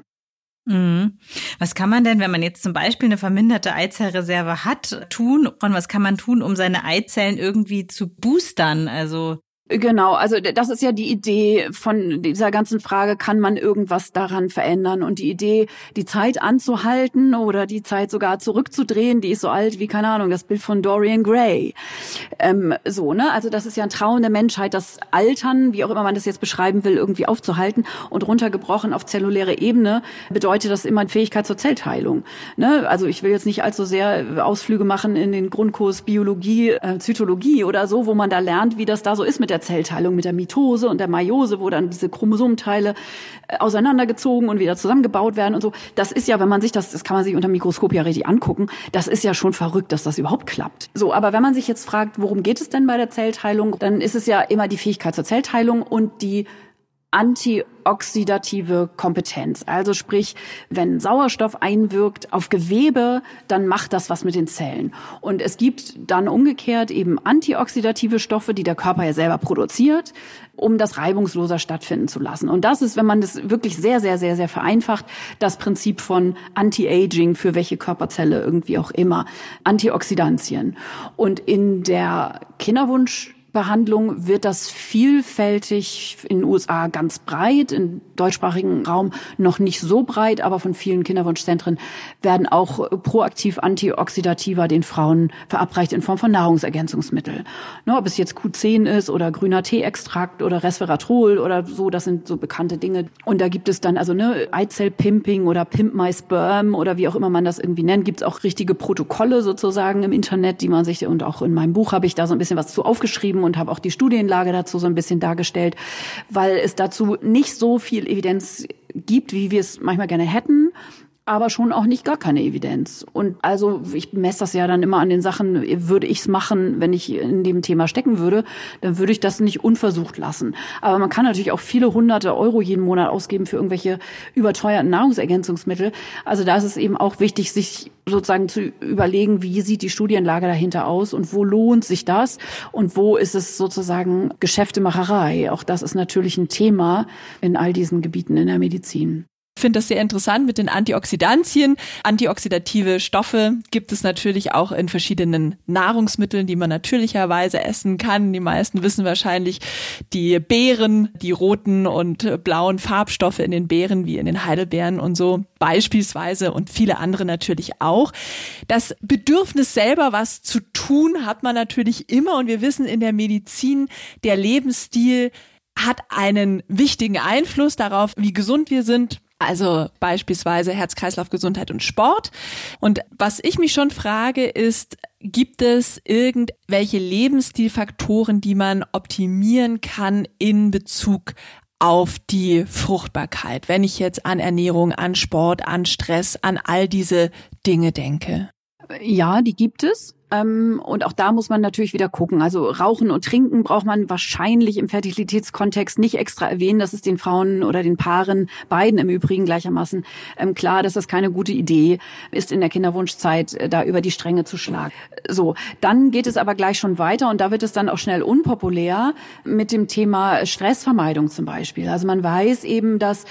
Mhm. Was kann man denn, wenn man jetzt zum Beispiel eine verminderte Eizellreserve hat, tun? Und was kann man tun, um seine Eizellen irgendwie zu boostern? Also Genau, also das ist ja die Idee von dieser ganzen Frage, kann man irgendwas daran verändern? Und die Idee, die Zeit anzuhalten oder die Zeit sogar zurückzudrehen, die ist so alt wie, keine Ahnung, das Bild von Dorian Gray. Ähm, so, ne? Also das ist ja ein Traum der Menschheit, das Altern, wie auch immer man das jetzt beschreiben will, irgendwie aufzuhalten. Und runtergebrochen auf zelluläre Ebene bedeutet das immer Fähigkeit zur Zellteilung. Ne? Also ich will jetzt nicht allzu sehr Ausflüge machen in den Grundkurs Biologie, äh, Zytologie oder so, wo man da lernt, wie das da so ist mit der Zellteilung, mit der Mitose und der Meiose, wo dann diese Chromosomenteile auseinandergezogen und wieder zusammengebaut werden und so. Das ist ja, wenn man sich das, das kann man sich unter dem Mikroskop ja richtig angucken, das ist ja schon verrückt, dass das überhaupt klappt. So, aber wenn man sich jetzt fragt, worum geht es denn bei der Zellteilung, dann ist es ja immer die Fähigkeit zur Zellteilung und die antioxidative Kompetenz. Also sprich, wenn Sauerstoff einwirkt auf Gewebe, dann macht das was mit den Zellen. Und es gibt dann umgekehrt eben antioxidative Stoffe, die der Körper ja selber produziert, um das reibungsloser stattfinden zu lassen. Und das ist, wenn man das wirklich sehr, sehr, sehr, sehr vereinfacht, das Prinzip von Anti-Aging für welche Körperzelle irgendwie auch immer. Antioxidantien. Und in der Kinderwunsch Behandlung wird das vielfältig in den U S A ganz breit, im deutschsprachigen Raum noch nicht so breit, aber von vielen Kinderwunschzentren werden auch proaktiv Antioxidativa den Frauen verabreicht in Form von Nahrungsergänzungsmittel. Ne, ob es jetzt Q zehn ist oder grüner Teeextrakt oder Resveratrol oder so, das sind so bekannte Dinge. Und da gibt es dann also ne Eizellpimping oder Pimp My Sperm oder wie auch immer man das irgendwie nennt, gibt es auch richtige Protokolle sozusagen im Internet, die man sich, und auch in meinem Buch habe ich da so ein bisschen was zu aufgeschrieben und habe auch die Studienlage dazu so ein bisschen dargestellt, weil es dazu nicht so viel Evidenz gibt, wie wir es manchmal gerne hätten, aber schon auch nicht gar keine Evidenz. Und also ich messe das ja dann immer an den Sachen, würde ich es machen, wenn ich in dem Thema stecken würde, dann würde ich das nicht unversucht lassen. Aber man kann natürlich auch viele hunderte Euro jeden Monat ausgeben für irgendwelche überteuerten Nahrungsergänzungsmittel. Also da ist es eben auch wichtig, sich sozusagen zu überlegen, wie sieht die Studienlage dahinter aus und wo lohnt sich das und wo ist es sozusagen Geschäftemacherei. Auch das ist natürlich ein Thema in all diesen Gebieten in der Medizin. finde das sehr interessant mit den Antioxidantien. Antioxidative Stoffe gibt es natürlich auch in verschiedenen Nahrungsmitteln, die man natürlicherweise essen kann. Die meisten wissen wahrscheinlich die Beeren, die roten und blauen Farbstoffe in den Beeren wie in den Heidelbeeren und so beispielsweise und viele andere natürlich auch. Das Bedürfnis selber was zu tun hat man natürlich immer und wir wissen in der Medizin, der Lebensstil hat einen wichtigen Einfluss darauf, wie gesund wir sind. Also beispielsweise Herz-Kreislauf-Gesundheit und Sport. Und was ich mich schon frage ist, gibt es irgendwelche Lebensstilfaktoren, die man optimieren kann in Bezug auf die Fruchtbarkeit, wenn ich jetzt an Ernährung, an Sport, an Stress, an all diese Dinge denke? Ja, die gibt es. Und auch da muss man natürlich wieder gucken. Also Rauchen und Trinken braucht man wahrscheinlich im Fertilitätskontext nicht extra erwähnen. Das ist den Frauen oder den Paaren, beiden im Übrigen gleichermaßen, klar, dass das keine gute Idee ist, in der Kinderwunschzeit da über die Stränge zu schlagen. So, dann geht es aber gleich schon weiter und da wird es dann auch schnell unpopulär mit dem Thema Stressvermeidung zum Beispiel. Also man weiß eben, dass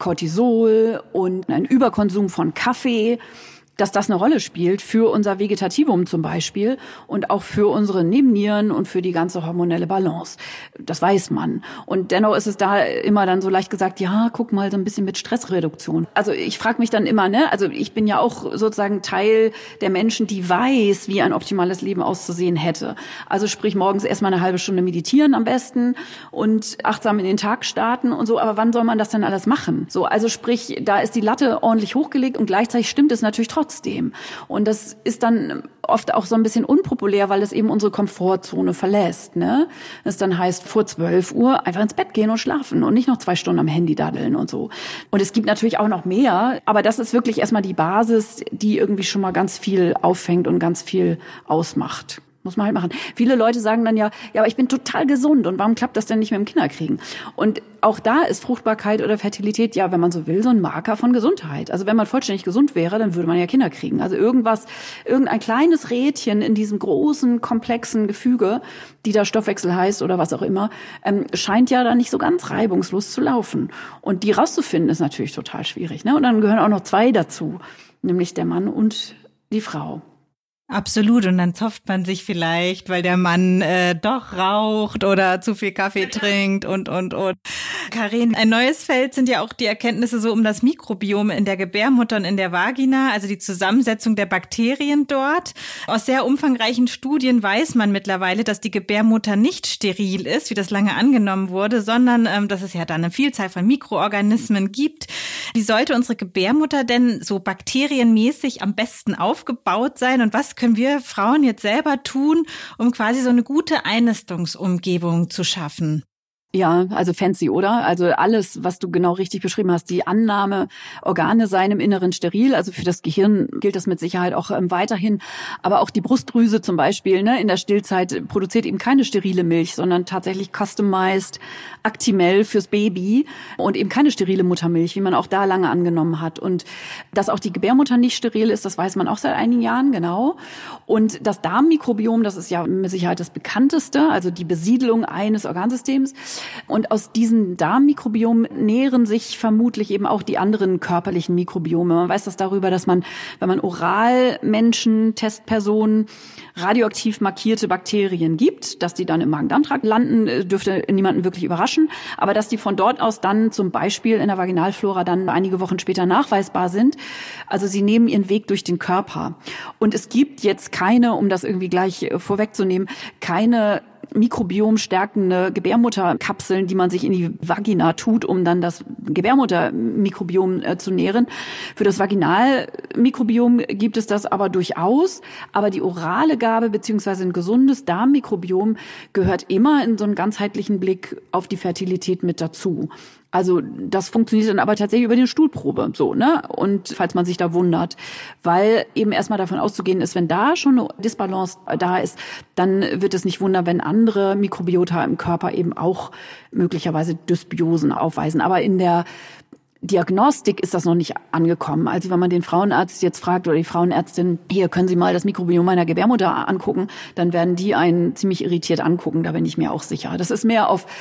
Cortisol und ein Überkonsum von Kaffee, dass das eine Rolle spielt für unser Vegetativum zum Beispiel und auch für unsere Nebennieren und für die ganze hormonelle Balance. Das weiß man. Und dennoch ist es da immer dann so leicht gesagt, ja, guck mal so ein bisschen mit Stressreduktion. Also ich frage mich dann immer, ne, also ich bin ja auch sozusagen Teil der Menschen, die weiß, wie ein optimales Leben auszusehen hätte. Also sprich morgens erstmal eine halbe Stunde meditieren am besten und achtsam in den Tag starten und so. Aber wann soll man das denn alles machen? So, also sprich, da ist die Latte ordentlich hochgelegt und gleichzeitig stimmt es natürlich trotzdem. Trotzdem. Und das ist dann oft auch so ein bisschen unpopulär, weil es eben unsere Komfortzone verlässt, ne? Das dann heißt, vor zwölf Uhr einfach ins Bett gehen und schlafen und nicht noch zwei Stunden am Handy daddeln und so. Und es gibt natürlich auch noch mehr, aber das ist wirklich erstmal die Basis, die irgendwie schon mal ganz viel auffängt und ganz viel ausmacht. Muss man halt machen. Viele Leute sagen dann ja, ja, aber ich bin total gesund und warum klappt das denn nicht mit dem Kinderkriegen? Und auch da ist Fruchtbarkeit oder Fertilität, ja, wenn man so will, so ein Marker von Gesundheit. Also wenn man vollständig gesund wäre, dann würde man ja Kinder kriegen. Also irgendwas, irgendein kleines Rädchen in diesem großen, komplexen Gefüge, die da Stoffwechsel heißt oder was auch immer, ähm, scheint ja da nicht so ganz reibungslos zu laufen. Und die rauszufinden ist natürlich total schwierig, ne? Und dann gehören auch noch zwei dazu, nämlich der Mann und die Frau. Absolut. Und dann zofft man sich vielleicht, weil der Mann äh, doch raucht oder zu viel Kaffee trinkt und, und, und. Karin, ein neues Feld sind ja auch die Erkenntnisse so um das Mikrobiom in der Gebärmutter und in der Vagina, also die Zusammensetzung der Bakterien dort. Aus sehr umfangreichen Studien weiß man mittlerweile, dass die Gebärmutter nicht steril ist, wie das lange angenommen wurde, sondern ähm, dass es ja dann eine Vielzahl von Mikroorganismen gibt. Wie sollte unsere Gebärmutter denn so bakterienmäßig am besten aufgebaut sein und was können wir Frauen jetzt selber tun, um quasi so eine gute Einnistungsumgebung zu schaffen? Ja, also fancy, oder? Also alles, was du genau richtig beschrieben hast, die Annahme, Organe seien im Inneren steril, also für das Gehirn gilt das mit Sicherheit auch ähm, weiterhin, aber auch die Brustdrüse zum Beispiel, ne, in der Stillzeit produziert eben keine sterile Milch, sondern tatsächlich customized Actimel fürs Baby und eben keine sterile Muttermilch, wie man auch da lange angenommen hat. Und dass auch die Gebärmutter nicht steril ist, das weiß man auch seit einigen Jahren, genau. Und das Darmmikrobiom, das ist ja mit Sicherheit das bekannteste, also die Besiedlung eines Organsystems. Und aus diesem Darmmikrobiom nähren sich vermutlich eben auch die anderen körperlichen Mikrobiome. Man weiß das darüber, dass man, wenn man oral Menschen, Testpersonen, radioaktiv markierte Bakterien gibt, dass die dann im Magen-Darm-Trakt landen, dürfte niemanden wirklich überraschen. Aber dass die von dort aus dann zum Beispiel in der Vaginalflora dann einige Wochen später nachweisbar sind. Also sie nehmen ihren Weg durch den Körper. Und es gibt jetzt keine, um das irgendwie gleich vorwegzunehmen, keine mikrobiomstärkende Gebärmutterkapseln, die man sich in die Vagina tut, um dann das Gebärmuttermikrobiom äh, zu nähren. Für das Vaginalmikrobiom gibt es das aber durchaus. Aber die orale Gabe beziehungsweise ein gesundes Darmmikrobiom gehört immer in so einen ganzheitlichen Blick auf die Fertilität mit dazu. Also das funktioniert dann aber tatsächlich über die Stuhlprobe, so, ne? Und falls man sich da wundert, weil eben erstmal davon auszugehen ist, wenn da schon eine Disbalance da ist, dann wird es nicht wundern, wenn andere Mikrobiota im Körper eben auch möglicherweise Dysbiosen aufweisen. Aber in der Diagnostik ist das noch nicht angekommen. Also wenn man den Frauenarzt jetzt fragt oder die Frauenärztin, hier können Sie mal das Mikrobiom meiner Gebärmutter angucken, dann werden die einen ziemlich irritiert angucken, da bin ich mir auch sicher. Das ist mehr auf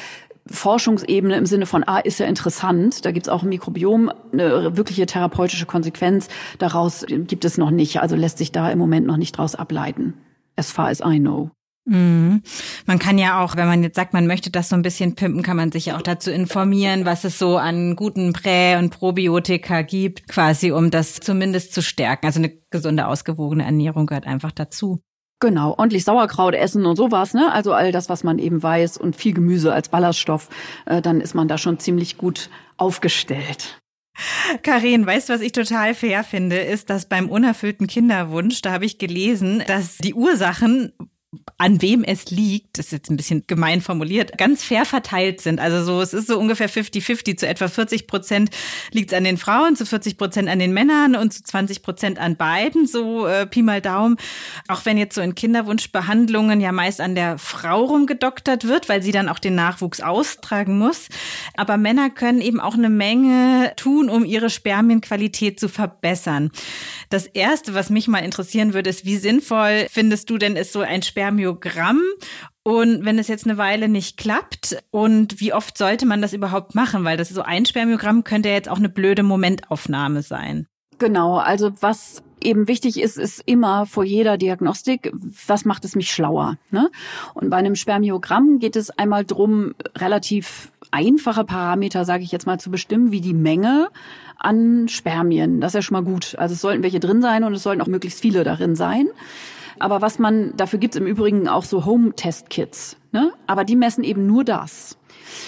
Forschungsebene im Sinne von, ah, ist ja interessant, da gibt's auch im Mikrobiom eine wirkliche therapeutische Konsequenz, daraus gibt es noch nicht, also lässt sich da im Moment noch nicht draus ableiten, as far as I know. Mhm. Man kann ja auch, wenn man jetzt sagt, man möchte das so ein bisschen pimpen, kann man sich ja auch dazu informieren, was es so an guten Prä- und Probiotika gibt, quasi um das zumindest zu stärken. Also eine gesunde, ausgewogene Ernährung gehört einfach dazu. Genau, ordentlich Sauerkraut essen und sowas, ne? Also all das, was man eben weiß und viel Gemüse als Ballaststoff, äh, dann ist man da schon ziemlich gut aufgestellt. Karin, weißt du, was ich total fair finde, ist, dass beim unerfüllten Kinderwunsch, da habe ich gelesen, dass die Ursachen, an wem es liegt, das ist jetzt ein bisschen gemein formuliert, ganz fair verteilt sind. Also so, es ist so ungefähr fifty fifty. Zu etwa vierzig Prozent liegt es an den Frauen, zu vierzig Prozent an den Männern und zu zwanzig Prozent an beiden, so äh, Pi mal Daumen. Auch wenn jetzt so in Kinderwunschbehandlungen ja meist an der Frau rumgedoktert wird, weil sie dann auch den Nachwuchs austragen muss. Aber Männer können eben auch eine Menge tun, um ihre Spermienqualität zu verbessern. Das Erste, was mich mal interessieren würde, ist, wie sinnvoll findest du denn ist so ein Spermiogramm? Und wenn es jetzt eine Weile nicht klappt, und wie oft sollte man das überhaupt machen? Weil das so ein Spermiogramm könnte ja jetzt auch eine blöde Momentaufnahme sein. Genau, also was eben wichtig ist, ist immer vor jeder Diagnostik, was macht es mich schlauer, ne? Und bei einem Spermiogramm geht es einmal drum, relativ einfache Parameter, sage ich jetzt mal, zu bestimmen, wie die Menge an Spermien. Das ist ja schon mal gut. Also es sollten welche drin sein und es sollten auch möglichst viele darin sein. Aber was man, dafür gibt's im Übrigen auch so Home-Test-Kits, ne? Aber die messen eben nur das.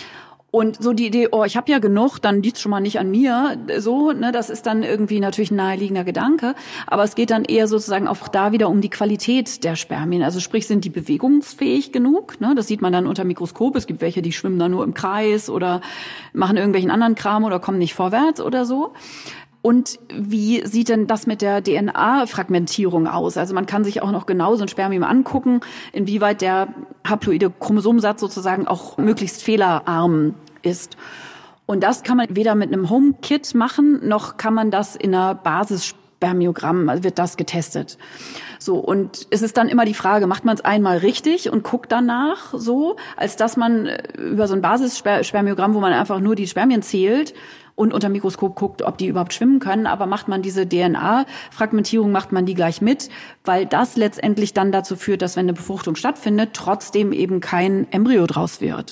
Und so die Idee, oh, ich habe ja genug, dann liegt's schon mal nicht an mir, so, ne, das ist dann irgendwie natürlich ein naheliegender Gedanke. Aber es geht dann eher sozusagen auch da wieder um die Qualität der Spermien. Also sprich, sind die bewegungsfähig genug? Ne? Das sieht man dann unter Mikroskop. Es gibt welche, die schwimmen dann nur im Kreis oder machen irgendwelchen anderen Kram oder kommen nicht vorwärts oder so. Und wie sieht denn das mit der D N A-Fragmentierung aus? Also man kann sich auch noch genau so ein Spermium angucken, inwieweit der haploide Chromosomensatz sozusagen auch möglichst fehlerarm ist. Und das kann man weder mit einem Home-Kit machen, noch kann man das in einer Basisspermiogramm, also wird das getestet. So, und es ist dann immer die Frage, macht man es einmal richtig und guckt danach so, als dass man über so ein Basisspermiogramm, wo man einfach nur die Spermien zählt und unter Mikroskop guckt, ob die überhaupt schwimmen können, aber macht man diese D N A-Fragmentierung, macht man die gleich mit, weil das letztendlich dann dazu führt, dass wenn eine Befruchtung stattfindet, trotzdem eben kein Embryo draus wird.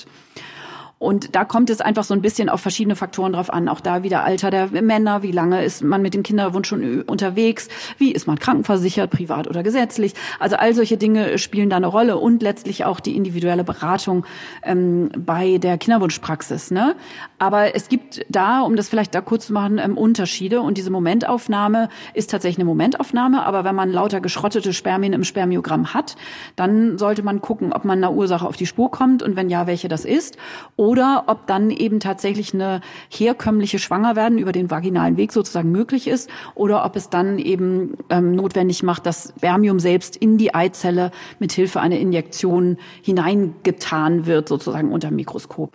Und da kommt es einfach so ein bisschen auf verschiedene Faktoren drauf an. Auch da wieder Alter der Männer, wie lange ist man mit dem Kinderwunsch schon unterwegs, wie ist man krankenversichert, privat oder gesetzlich. Also all solche Dinge spielen da eine Rolle und letztlich auch die individuelle Beratung ähm, bei der Kinderwunschpraxis. Ne? Aber es gibt da, um das vielleicht da kurz zu machen, ähm, Unterschiede. Und diese Momentaufnahme ist tatsächlich eine Momentaufnahme. Aber wenn man lauter geschrottete Spermien im Spermiogramm hat, dann sollte man gucken, ob man einer Ursache auf die Spur kommt und wenn ja, welche das ist. Oder ob dann eben tatsächlich eine herkömmliche Schwangerwerden über den vaginalen Weg sozusagen möglich ist oder ob es dann eben ähm, notwendig macht, das Spermium selbst in die Eizelle mit Hilfe einer Injektion hineingetan wird, sozusagen unter dem Mikroskop.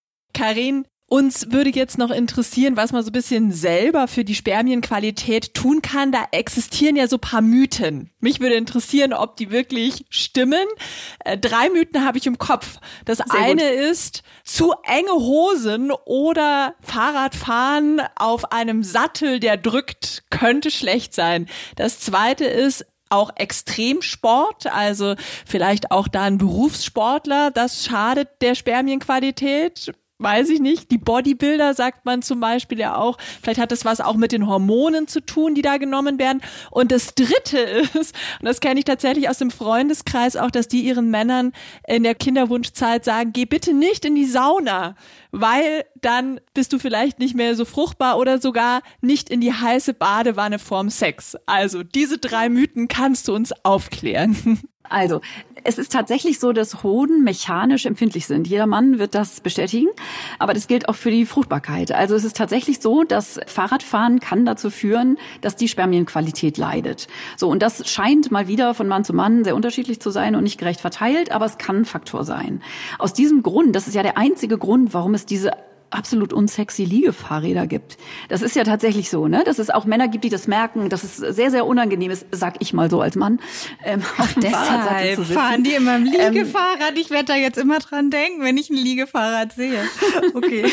Karin, uns würde jetzt noch interessieren, was man so ein bisschen selber für die Spermienqualität tun kann. Da existieren ja so ein paar Mythen. Mich würde interessieren, ob die wirklich stimmen. Äh, drei Mythen habe ich im Kopf. Das Sehr eine gut. ist, zu enge Hosen oder Fahrradfahren auf einem Sattel, der drückt, könnte schlecht sein. Das zweite ist, auch Extremsport, also vielleicht auch da ein Berufssportler, das schadet der Spermienqualität. Weiß ich nicht. Die Bodybuilder sagt man zum Beispiel ja auch. Vielleicht hat das was auch mit den Hormonen zu tun, die da genommen werden. Und das Dritte ist, und das kenne ich tatsächlich aus dem Freundeskreis auch, dass die ihren Männern in der Kinderwunschzeit sagen, geh bitte nicht in die Sauna, weil dann bist du vielleicht nicht mehr so fruchtbar oder sogar nicht in die heiße Badewanne vorm Sex. Also diese drei Mythen kannst du uns aufklären. Also, es ist tatsächlich so, dass Hoden mechanisch empfindlich sind. Jeder Mann wird das bestätigen, aber das gilt auch für die Fruchtbarkeit. Also es ist tatsächlich so, dass Fahrradfahren kann dazu führen, dass die Spermienqualität leidet. So, und das scheint mal wieder von Mann zu Mann sehr unterschiedlich zu sein und nicht gerecht verteilt, aber es kann ein Faktor sein. Aus diesem Grund, das ist ja der einzige Grund, warum es diese absolut unsexy Liegefahrräder gibt. Das ist ja tatsächlich so, ne? Dass es auch Männer gibt, die das merken, dass es sehr, sehr unangenehm ist, sag ich mal so als Mann, ähm, auf dem Fahrradsattel zu sitzen. Fahren die immer im Liegefahrrad. Ähm, ich werde da jetzt immer dran denken, wenn ich ein Liegefahrrad sehe. Okay.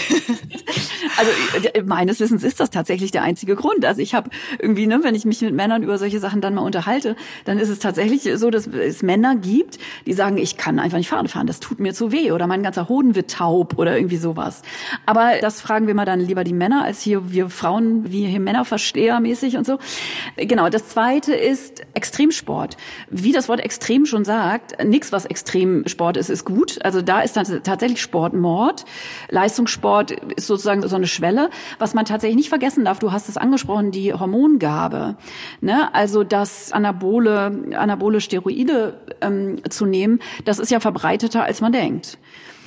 Also meines Wissens ist das tatsächlich der einzige Grund. Also ich habe irgendwie, ne, wenn ich mich mit Männern über solche Sachen dann mal unterhalte, dann ist es tatsächlich so, dass es Männer gibt, die sagen, ich kann einfach nicht Fahrrad fahren, das tut mir zu weh oder mein ganzer Hoden wird taub oder irgendwie sowas. Aber das fragen wir mal dann lieber die Männer, als hier wir Frauen, wie hier Männerverstehermäßig und so. Genau, das Zweite ist Extremsport. Wie das Wort extrem schon sagt, nichts, was Extremsport ist, ist gut. Also da ist dann tatsächlich Sportmord. Leistungssport ist sozusagen so eine Schwelle. Was man tatsächlich nicht vergessen darf, du hast es angesprochen, die Hormongabe. Ne? Also das Anabole, anabole Steroide ähm, zu nehmen, das ist ja verbreiteter, als man denkt.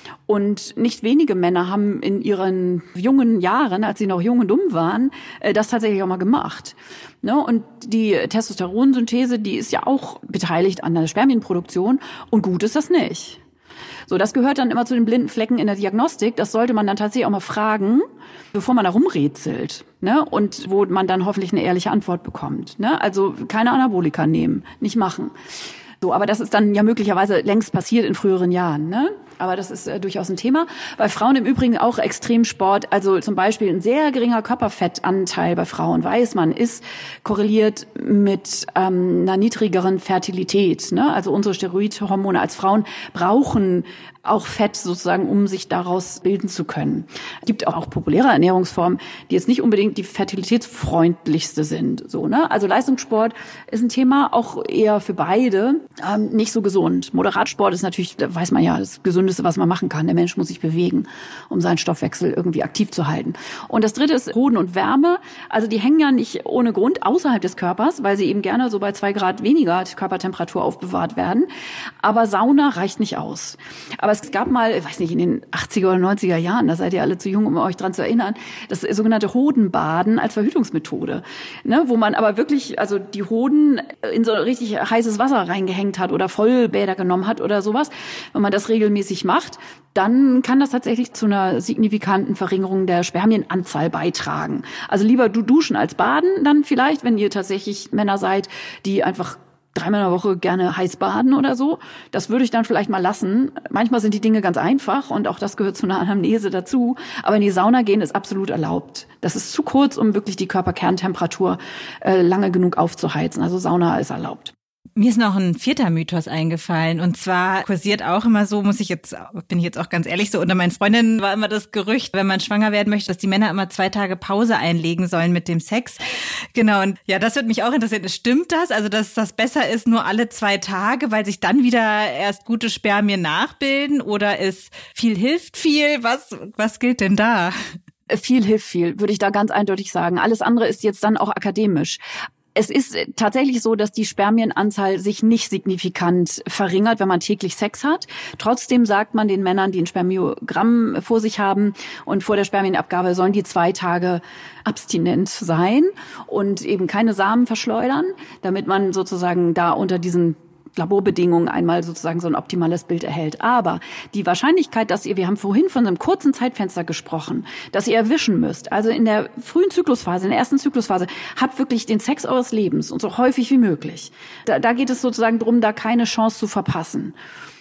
Und nicht wenige Männer haben in ihren jungen Jahren, als sie noch jung und dumm waren, das tatsächlich auch mal gemacht. Und die Testosteronsynthese, die ist ja auch beteiligt an der Spermienproduktion und gut ist das nicht. So, das gehört dann immer zu den blinden Flecken in der Diagnostik. Das sollte man dann tatsächlich auch mal fragen, bevor man da rumrätselt, ne? Und wo man dann hoffentlich eine ehrliche Antwort bekommt, ne? Also keine Anabolika nehmen, nicht machen. So, aber das ist dann ja möglicherweise längst passiert in früheren Jahren, ne? Aber das ist äh, durchaus ein Thema. Bei Frauen im Übrigen auch Extremsport, also zum Beispiel ein sehr geringer Körperfettanteil bei Frauen, weiß man, ist korreliert mit ähm, einer niedrigeren Fertilität, ne? Also unsere Steroidhormone als Frauen brauchen auch Fett sozusagen, um sich daraus bilden zu können. Es gibt auch populäre Ernährungsformen, die jetzt nicht unbedingt die fertilitätsfreundlichste sind. So, ne? Also Leistungssport ist ein Thema, auch eher für beide, ähm, nicht so gesund. Moderatsport ist natürlich, da weiß man ja, das Gesündeste, was man machen kann. Der Mensch muss sich bewegen, um seinen Stoffwechsel irgendwie aktiv zu halten. Und das Dritte ist Hoden und Wärme. Also die hängen ja nicht ohne Grund außerhalb des Körpers, weil sie eben gerne so bei zwei Grad weniger Körpertemperatur aufbewahrt werden. Aber Sauna reicht nicht aus. Aber es gab mal, ich weiß nicht, in den achtziger oder neunziger Jahren, da seid ihr alle zu jung, um euch dran zu erinnern, das sogenannte Hodenbaden als Verhütungsmethode, ne, wo man aber wirklich, also die Hoden in so richtig heißes Wasser reingehängt hat oder Vollbäder genommen hat oder sowas. Wenn man das regelmäßig macht, dann kann das tatsächlich zu einer signifikanten Verringerung der Spermienanzahl beitragen. Also lieber du duschen als baden, dann vielleicht, wenn ihr tatsächlich Männer seid, die einfach dreimal in der Woche gerne heiß baden oder so. Das würde ich dann vielleicht mal lassen. Manchmal sind die Dinge ganz einfach und auch das gehört zu einer Anamnese dazu. Aber in die Sauna gehen ist absolut erlaubt. Das ist zu kurz, um wirklich die Körperkerntemperatur äh, lange genug aufzuheizen. Also Sauna ist erlaubt. Mir ist noch ein vierter Mythos eingefallen und zwar kursiert auch immer so, muss ich jetzt, bin ich jetzt auch ganz ehrlich, so unter meinen Freundinnen war immer das Gerücht, wenn man schwanger werden möchte, dass die Männer immer zwei Tage Pause einlegen sollen mit dem Sex. Genau, und ja, das würde mich auch interessieren. Stimmt das? Also, dass das besser ist, nur alle zwei Tage, weil sich dann wieder erst gute Spermien nachbilden oder ist viel hilft viel? Was, was gilt denn da? Viel hilft viel, würde ich da ganz eindeutig sagen. Alles andere ist jetzt dann auch akademisch. Es ist tatsächlich so, dass die Spermienanzahl sich nicht signifikant verringert, wenn man täglich Sex hat. Trotzdem sagt man den Männern, die ein Spermiogramm vor sich haben und vor der Spermienabgabe sollen die zwei Tage abstinent sein und eben keine Samen verschleudern, damit man sozusagen da unter diesen Laborbedingungen einmal sozusagen so ein optimales Bild erhält. Aber die Wahrscheinlichkeit, dass ihr, wir haben vorhin von einem kurzen Zeitfenster gesprochen, dass ihr erwischen müsst, also in der frühen Zyklusphase, in der ersten Zyklusphase, habt wirklich den Sex eures Lebens und so häufig wie möglich. Da, da geht es sozusagen darum, da keine Chance zu verpassen.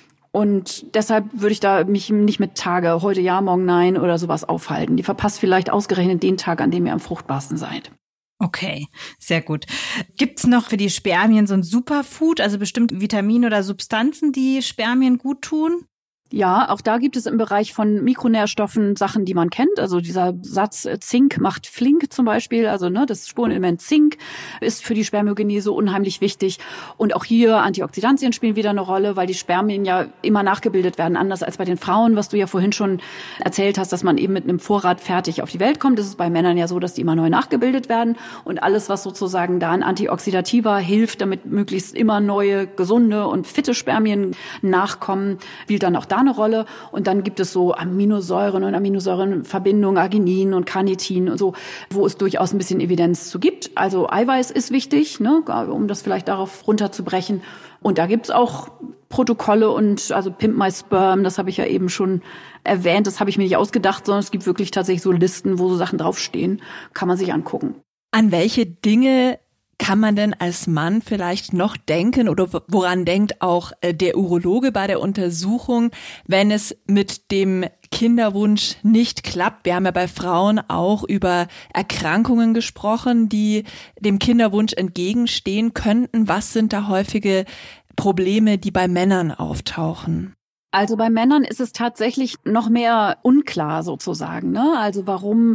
Und deshalb würde ich da mich nicht mit Tage, heute ja, morgen nein oder sowas aufhalten. Die verpasst vielleicht ausgerechnet den Tag, an dem ihr am fruchtbarsten seid. Okay, sehr gut. Gibt's noch für die Spermien so ein Superfood, also bestimmt Vitamine oder Substanzen, die Spermien gut tun? Ja, auch da gibt es im Bereich von Mikronährstoffen Sachen, die man kennt. Also dieser Satz Zink macht flink zum Beispiel, also ne, das Spurenelement Zink ist für die Spermiogenese unheimlich wichtig. Und auch hier Antioxidantien spielen wieder eine Rolle, weil die Spermien ja immer nachgebildet werden, anders als bei den Frauen, was du ja vorhin schon erzählt hast, dass man eben mit einem Vorrat fertig auf die Welt kommt. Das ist bei Männern ja so, dass die immer neu nachgebildet werden. Und alles, was sozusagen da an Antioxidativer hilft, damit möglichst immer neue, gesunde und fitte Spermien nachkommen, spielt dann auch da eine Rolle. Und dann gibt es so Aminosäuren und Aminosäurenverbindungen, Arginin und Carnitin und so, wo es durchaus ein bisschen Evidenz zu gibt. Also Eiweiß ist wichtig, ne, um das vielleicht darauf runterzubrechen. Und da gibt's auch Protokolle und also Pimp My Sperm, das habe ich ja eben schon erwähnt, das habe ich mir nicht ausgedacht, sondern es gibt wirklich tatsächlich so Listen, wo so Sachen draufstehen, kann man sich angucken. An welche Dinge kann man denn als Mann vielleicht noch denken oder woran denkt auch der Urologe bei der Untersuchung, wenn es mit dem Kinderwunsch nicht klappt? Wir haben ja bei Frauen auch über Erkrankungen gesprochen, die dem Kinderwunsch entgegenstehen könnten. Was sind da häufige Probleme, die bei Männern auftauchen? Also bei Männern ist es tatsächlich noch mehr unklar sozusagen, ne? Also warum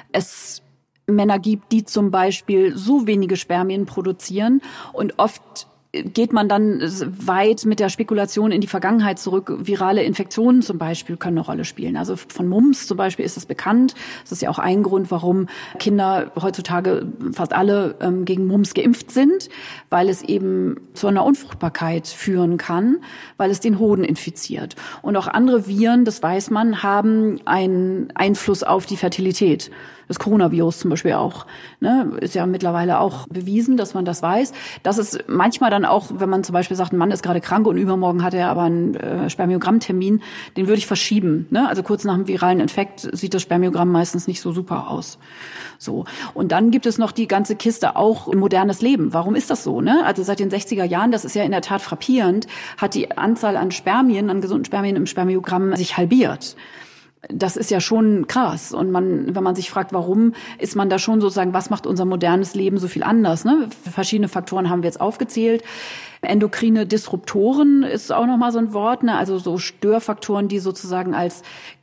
es Männer gibt, die zum Beispiel so wenige Spermien produzieren und oft geht man dann weit mit der Spekulation in die Vergangenheit zurück. Virale Infektionen zum Beispiel können eine Rolle spielen. Also von Mumps zum Beispiel ist das bekannt. Das ist ja auch ein Grund, warum Kinder heutzutage fast alle ähm, gegen Mumps geimpft sind, weil es eben zu einer Unfruchtbarkeit führen kann, weil es den Hoden infiziert. Und auch andere Viren, das weiß man, haben einen Einfluss auf die Fertilität. Das Coronavirus zum Beispiel auch, ne, ist ja mittlerweile auch bewiesen, dass man das weiß. Das ist manchmal dann auch, wenn man zum Beispiel sagt, ein Mann ist gerade krank und übermorgen hat er aber einen äh, Spermiogrammtermin, den würde ich verschieben. Ne? Also kurz nach einem viralen Infekt sieht das Spermiogramm meistens nicht so super aus. So. Und dann gibt es noch die ganze Kiste auch im modernes Leben. Warum ist das so? Ne? Also seit den sechziger Jahren, das ist ja in der Tat frappierend, hat die Anzahl an Spermien, an gesunden Spermien im Spermiogramm sich halbiert. Das ist ja schon krass. Und man, wenn man sich fragt, warum, ist man da schon sozusagen, was macht unser modernes Leben so viel anders? Ne? Verschiedene Faktoren haben wir jetzt aufgezählt. Endokrine Disruptoren ist auch nochmal so ein Wort, ne? Also so Störfaktoren, die sozusagen als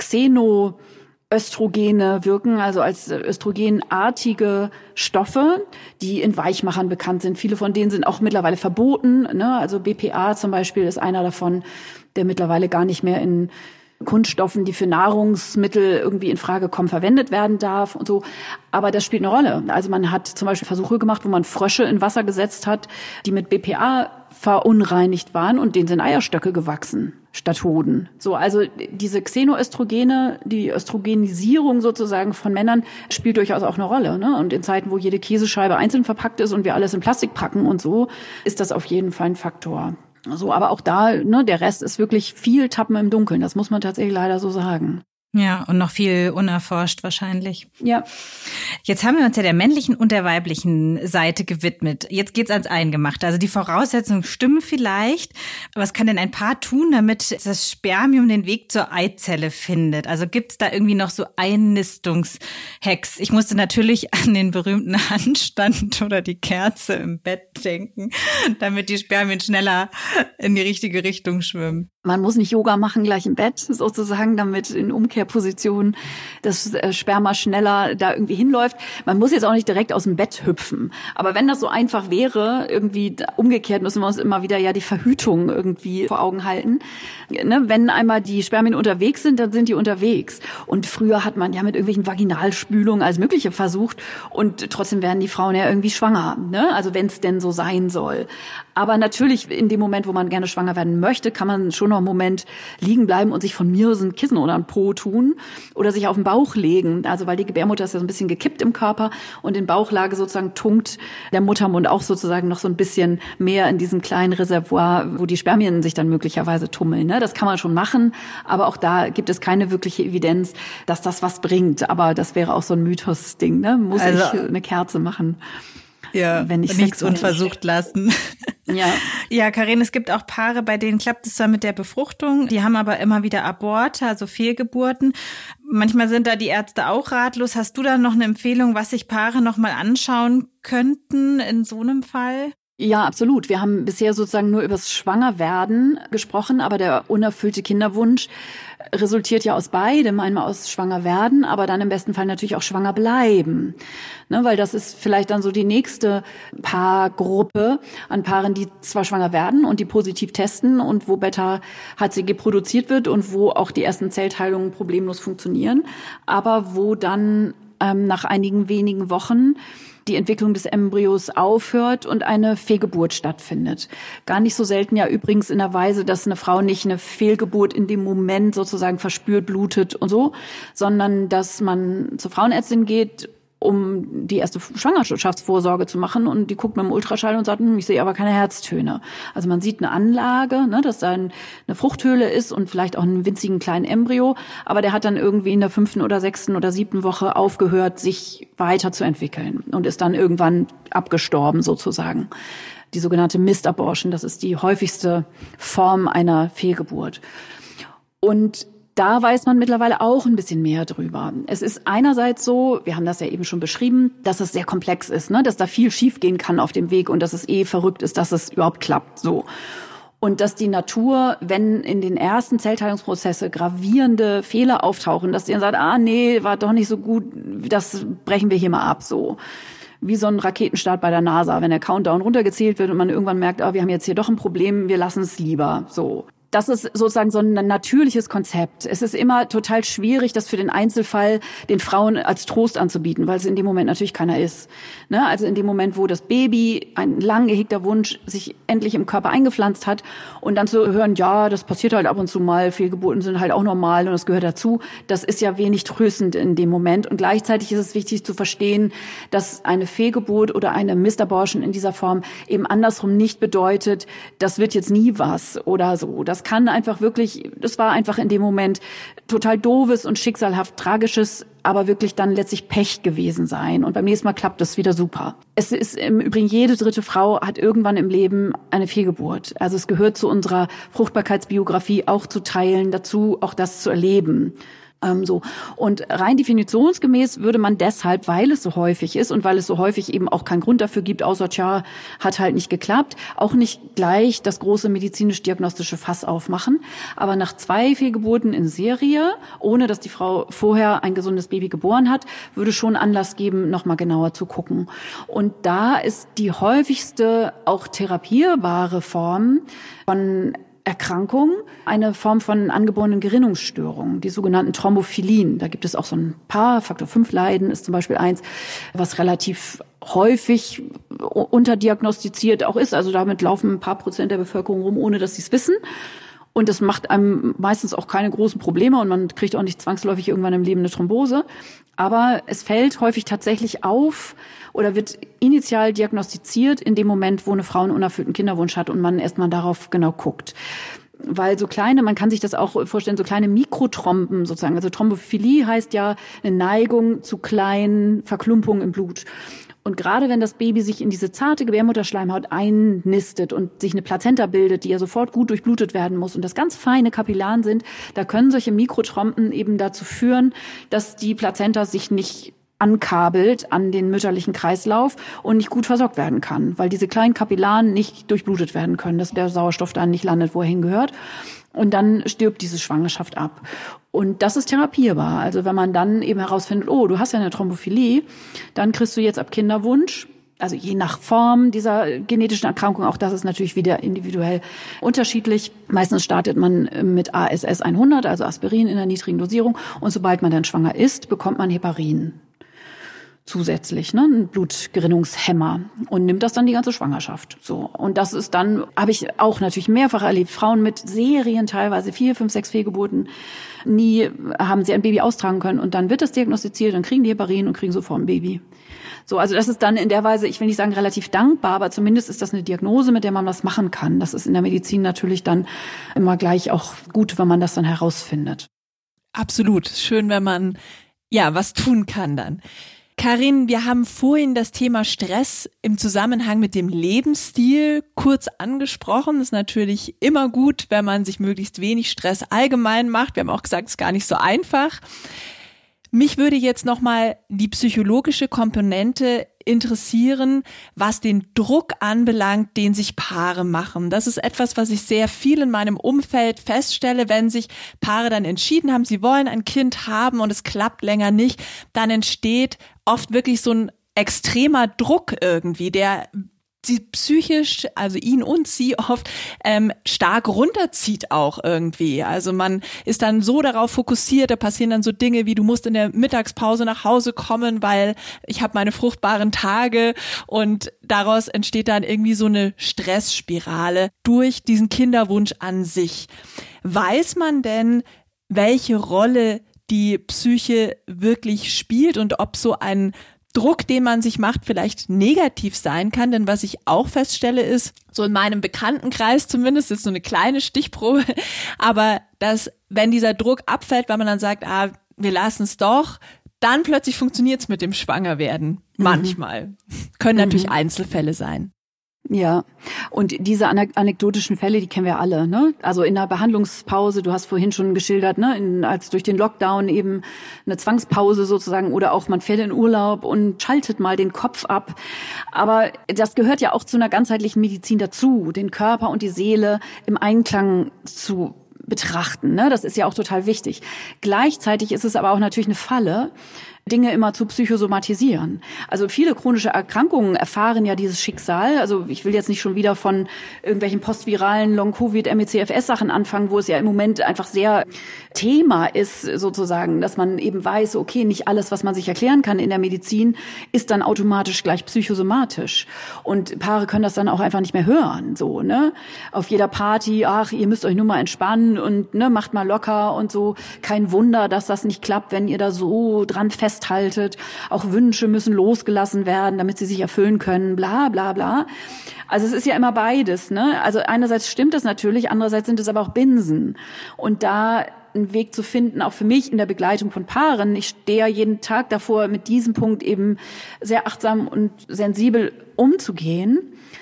Xeno Östrogene wirken, also als östrogenartige Stoffe, die in Weichmachern bekannt sind. Viele von denen sind auch mittlerweile verboten. Ne? Also B P A zum Beispiel ist einer davon, der mittlerweile gar nicht mehr in Kunststoffen, die für Nahrungsmittel irgendwie in Frage kommen, verwendet werden darf und so. Aber das spielt eine Rolle. Also man hat zum Beispiel Versuche gemacht, wo man Frösche in Wasser gesetzt hat, die mit B P A verunreinigt waren und denen sind Eierstöcke gewachsen statt Hoden. So, also diese Xenoöstrogene, die Östrogenisierung sozusagen von Männern spielt durchaus auch eine Rolle. Ne? Und in Zeiten, wo jede Käsescheibe einzeln verpackt ist und wir alles in Plastik packen und so, ist das auf jeden Fall ein Faktor. So, aber auch da, ne, der Rest ist wirklich viel Tappen im Dunkeln. Das muss man tatsächlich leider so sagen. Ja, und noch viel unerforscht wahrscheinlich. Ja. Jetzt haben wir uns ja der männlichen und der weiblichen Seite gewidmet. Jetzt geht's ans Eingemachte. Also die Voraussetzungen stimmen vielleicht. Was kann denn ein Paar tun, damit das Spermium den Weg zur Eizelle findet? Also gibt's da irgendwie noch so Einnistungshacks? Ich musste natürlich an den berühmten Handstand oder die Kerze im Bett denken, damit die Spermien schneller in die richtige Richtung schwimmen. Man muss nicht Yoga machen gleich im Bett, sozusagen, damit in Umkehrposition das Sperma schneller da irgendwie hinläuft. Man muss jetzt auch nicht direkt aus dem Bett hüpfen. Aber wenn das so einfach wäre, irgendwie umgekehrt müssen wir uns immer wieder ja die Verhütung irgendwie vor Augen halten. Ne? Wenn einmal die Spermien unterwegs sind, dann sind die unterwegs. Und früher hat man ja mit irgendwelchen Vaginalspülungen alles Mögliche versucht und trotzdem werden die Frauen ja irgendwie schwanger. Ne? Also wenn es denn so sein soll. Aber natürlich in dem Moment, wo man gerne schwanger werden möchte, kann man schon noch einen Moment liegen bleiben und sich von mir aus ein Kissen oder ein Po tun oder sich auf den Bauch legen. Also weil die Gebärmutter ist ja so ein bisschen gekippt im Körper und in Bauchlage sozusagen tunkt der Muttermund auch sozusagen noch so ein bisschen mehr in diesem kleinen Reservoir, wo die Spermien sich dann möglicherweise tummeln. Ne? Das kann man schon machen, aber auch da gibt es keine wirkliche Evidenz, dass das was bringt. Aber das wäre auch so ein Mythos-Ding. Ne? Muss also, ich eine Kerze machen? Ja, wenn ich nichts unversucht lassen. Ja. Ja, Karin, es gibt auch Paare, bei denen klappt es zwar mit der Befruchtung, die haben aber immer wieder Aborte, also Fehlgeburten. Manchmal sind da die Ärzte auch ratlos. Hast du da noch eine Empfehlung, was sich Paare noch mal anschauen könnten in so einem Fall? Ja, absolut. Wir haben bisher sozusagen nur über das Schwangerwerden gesprochen, aber der unerfüllte Kinderwunsch resultiert ja aus beidem, einmal aus Schwangerwerden, aber dann im besten Fall natürlich auch schwanger bleiben. Ne, weil das ist vielleicht dann so die nächste Paargruppe an Paaren, die zwar schwanger werden und die positiv testen und wo Beta-H C G produziert wird und wo auch die ersten Zellteilungen problemlos funktionieren, aber wo dann ähm, nach einigen wenigen Wochen die Entwicklung des Embryos aufhört und eine Fehlgeburt stattfindet. Gar nicht so selten ja übrigens in der Weise, dass eine Frau nicht eine Fehlgeburt in dem Moment sozusagen verspürt, blutet und so, sondern dass man zur Frauenärztin geht um die erste Schwangerschaftsvorsorge zu machen. Und die guckt mit dem Ultraschall und sagt, hm, ich sehe aber keine Herztöne. Also man sieht eine Anlage, ne, dass da ein, eine Fruchthöhle ist und vielleicht auch einen winzigen kleinen Embryo. Aber der hat dann irgendwie in der fünften oder sechsten oder siebten Woche aufgehört, sich weiterzuentwickeln und ist dann irgendwann abgestorben sozusagen. Die sogenannte Missed Abortion, das ist die häufigste Form einer Fehlgeburt. Und da weiß man mittlerweile auch ein bisschen mehr drüber. Es ist einerseits so, wir haben das ja eben schon beschrieben, dass es sehr komplex ist, ne? Dass da viel schiefgehen kann auf dem Weg und dass es eh verrückt ist, dass es überhaupt klappt. So. Und dass die Natur, wenn in den ersten Zellteilungsprozesse gravierende Fehler auftauchen, dass die dann sagt, ah nee, war doch nicht so gut, das brechen wir hier mal ab. So. Wie so ein Raketenstart bei der NASA, wenn der Countdown runtergezählt wird und man irgendwann merkt, oh, wir haben jetzt hier doch ein Problem, wir lassen es lieber. So. Das ist sozusagen so ein natürliches Konzept. Es ist immer total schwierig, das für den Einzelfall den Frauen als Trost anzubieten, weil es in dem Moment natürlich keiner ist. Ne? Also in dem Moment, wo das Baby, ein lang gehegter Wunsch, sich endlich im Körper eingepflanzt hat und dann zu hören, ja, das passiert halt ab und zu mal, Fehlgeburten sind halt auch normal und das gehört dazu, das ist ja wenig tröstend in dem Moment. Und gleichzeitig ist es wichtig zu verstehen, dass eine Fehlgeburt oder eine Missed Abortion in dieser Form eben andersrum nicht bedeutet, das wird jetzt nie was oder so. Das kann einfach wirklich, das war einfach in dem Moment total doofes und schicksalhaft tragisches, aber wirklich dann letztlich Pech gewesen sein. Und beim nächsten Mal klappt das wieder super. Es ist im Übrigen, jede dritte Frau hat irgendwann im Leben eine Fehlgeburt. Also es gehört zu unserer Fruchtbarkeitsbiografie auch zu teilen, dazu auch das zu erleben. Ähm, so. Und rein definitionsgemäß würde man deshalb, weil es so häufig ist und weil es so häufig eben auch keinen Grund dafür gibt, außer, tja, hat halt nicht geklappt, auch nicht gleich das große medizinisch-diagnostische Fass aufmachen. Aber nach zwei Fehlgeburten in Serie, ohne dass die Frau vorher ein gesundes Baby geboren hat, würde schon Anlass geben, nochmal genauer zu gucken. Und da ist die häufigste, auch therapierbare Form von Erkrankung, eine Form von angeborenen Gerinnungsstörungen, die sogenannten Thrombophilien. Da gibt es auch so ein paar, Faktor fünf Leiden ist zum Beispiel eins, was relativ häufig unterdiagnostiziert auch ist. Also damit laufen ein paar Prozent der Bevölkerung rum, ohne dass sie es wissen. Und das macht einem meistens auch keine großen Probleme und man kriegt auch nicht zwangsläufig irgendwann im Leben eine Thrombose. Aber es fällt häufig tatsächlich auf oder wird initial diagnostiziert in dem Moment, wo eine Frau einen unerfüllten Kinderwunsch hat und man erstmal darauf genau guckt. Weil so kleine, man kann sich das auch vorstellen, so kleine Mikrothromben sozusagen. Also Thrombophilie heißt ja eine Neigung zu kleinen Verklumpungen im Blut. Und gerade wenn das Baby sich in diese zarte Gebärmutterschleimhaut einnistet und sich eine Plazenta bildet, die ja sofort gut durchblutet werden muss und das ganz feine Kapillaren sind, da können solche Mikrothromben eben dazu führen, dass die Plazenta sich nicht ankabelt an den mütterlichen Kreislauf und nicht gut versorgt werden kann, weil diese kleinen Kapillaren nicht durchblutet werden können, dass der Sauerstoff dann nicht landet, wo er hingehört. Und dann stirbt diese Schwangerschaft ab. Und das ist therapierbar. Also wenn man dann eben herausfindet, oh, du hast ja eine Thrombophilie, dann kriegst du jetzt ab Kinderwunsch, also je nach Form dieser genetischen Erkrankung, auch das ist natürlich wieder individuell unterschiedlich. Meistens startet man mit A S S hundert, also Aspirin in einer niedrigen Dosierung. Und sobald man dann schwanger ist, bekommt man Heparin zusätzlich, ne, ein Blutgerinnungshemmer und nimmt das dann die ganze Schwangerschaft. So. Und das ist dann, habe ich auch natürlich mehrfach erlebt, Frauen mit Serien, teilweise vier, fünf, sechs Fehlgeburten, nie haben sie ein Baby austragen können und dann wird das diagnostiziert, dann kriegen die Heparin und kriegen sofort ein Baby. So, also das ist dann in der Weise, ich will nicht sagen relativ dankbar, aber zumindest ist das eine Diagnose, mit der man was machen kann. Das ist in der Medizin natürlich dann immer gleich auch gut, wenn man das dann herausfindet. Absolut. Schön, wenn man, ja, was tun kann dann. Karin, wir haben vorhin das Thema Stress im Zusammenhang mit dem Lebensstil kurz angesprochen. Das ist natürlich immer gut, wenn man sich möglichst wenig Stress allgemein macht. Wir haben auch gesagt, es ist gar nicht so einfach. Mich würde jetzt nochmal die psychologische Komponente interessieren, was den Druck anbelangt, den sich Paare machen. Das ist etwas, was ich sehr viel in meinem Umfeld feststelle, wenn sich Paare dann entschieden haben, sie wollen ein Kind haben und es klappt länger nicht, dann entsteht oft wirklich so ein extremer Druck irgendwie, der sie psychisch, also ihn und sie oft ähm, stark runterzieht auch irgendwie. Also man ist dann so darauf fokussiert, da passieren dann so Dinge wie, du musst in der Mittagspause nach Hause kommen, weil ich habe meine fruchtbaren Tage, und daraus entsteht dann irgendwie so eine Stressspirale durch diesen Kinderwunsch an sich. Weiß man denn, welche Rolle die Psyche wirklich spielt und ob so ein Druck, den man sich macht, vielleicht negativ sein kann. Denn was ich auch feststelle ist, so in meinem Bekanntenkreis zumindest, ist so eine kleine Stichprobe, aber dass, wenn dieser Druck abfällt, weil man dann sagt, ah, wir lassen es doch, dann plötzlich funktioniert es mit dem Schwangerwerden. Manchmal. Mhm. Können natürlich mhm. Einzelfälle sein. Ja, und diese anekdotischen Fälle, die kennen wir alle, ne? Also in der Behandlungspause, du hast vorhin schon geschildert, ne, in, als durch den Lockdown eben eine Zwangspause sozusagen, oder auch man fährt in Urlaub und schaltet mal den Kopf ab. Aber das gehört ja auch zu einer ganzheitlichen Medizin dazu, den Körper und die Seele im Einklang zu betrachten, ne? Das ist ja auch total wichtig. Gleichzeitig ist es aber auch natürlich eine Falle, Dinge immer zu psychosomatisieren. Also viele chronische Erkrankungen erfahren ja dieses Schicksal. Also ich will jetzt nicht schon wieder von irgendwelchen postviralen Long-Covid, M E C F S-Sachen anfangen, wo es ja im Moment einfach sehr Thema ist, sozusagen, dass man eben weiß, okay, nicht alles, was man sich erklären kann in der Medizin, ist dann automatisch gleich psychosomatisch. Und Paare können das dann auch einfach nicht mehr hören, so, ne? Auf jeder Party, ach, ihr müsst euch nur mal entspannen und, ne, macht mal locker und so. Kein Wunder, dass das nicht klappt, wenn ihr da so dran fest festhaltet, auch Wünsche müssen losgelassen werden, damit sie sich erfüllen können, bla bla bla. Also es ist ja immer beides, ne? Also einerseits stimmt das natürlich, andererseits sind es aber auch Binsen. Und da einen Weg zu finden, auch für mich in der Begleitung von Paaren, ich stehe ja jeden Tag davor, mit diesem Punkt eben sehr achtsam und sensibel umzugehen.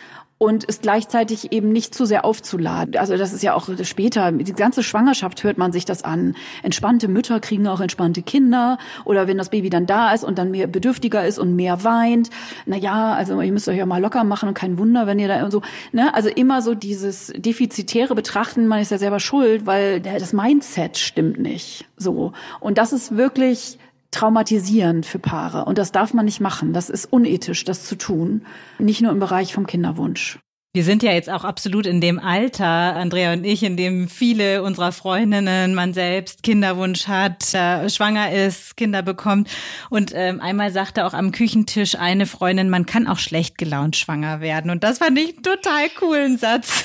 Und es gleichzeitig eben nicht zu sehr aufzuladen. Also das ist ja auch später, die ganze Schwangerschaft hört man sich das an. Entspannte Mütter kriegen auch entspannte Kinder. Oder wenn das Baby dann da ist und dann mehr bedürftiger ist und mehr weint. Na ja, also ihr müsst euch ja mal locker machen und kein Wunder, wenn ihr da und so. Ne? Also immer so dieses defizitäre Betrachten, man ist ja selber schuld, weil das Mindset stimmt nicht. So. Und das ist wirklich traumatisierend für Paare. Und das darf man nicht machen. Das ist unethisch, das zu tun. Nicht nur im Bereich vom Kinderwunsch. Wir sind ja jetzt auch absolut in dem Alter, Andrea und ich, in dem viele unserer Freundinnen, man selbst Kinderwunsch hat, äh, schwanger ist, Kinder bekommt. Und ähm, einmal sagte auch am Küchentisch eine Freundin, man kann auch schlecht gelaunt schwanger werden. Und das fand ich einen total coolen Satz.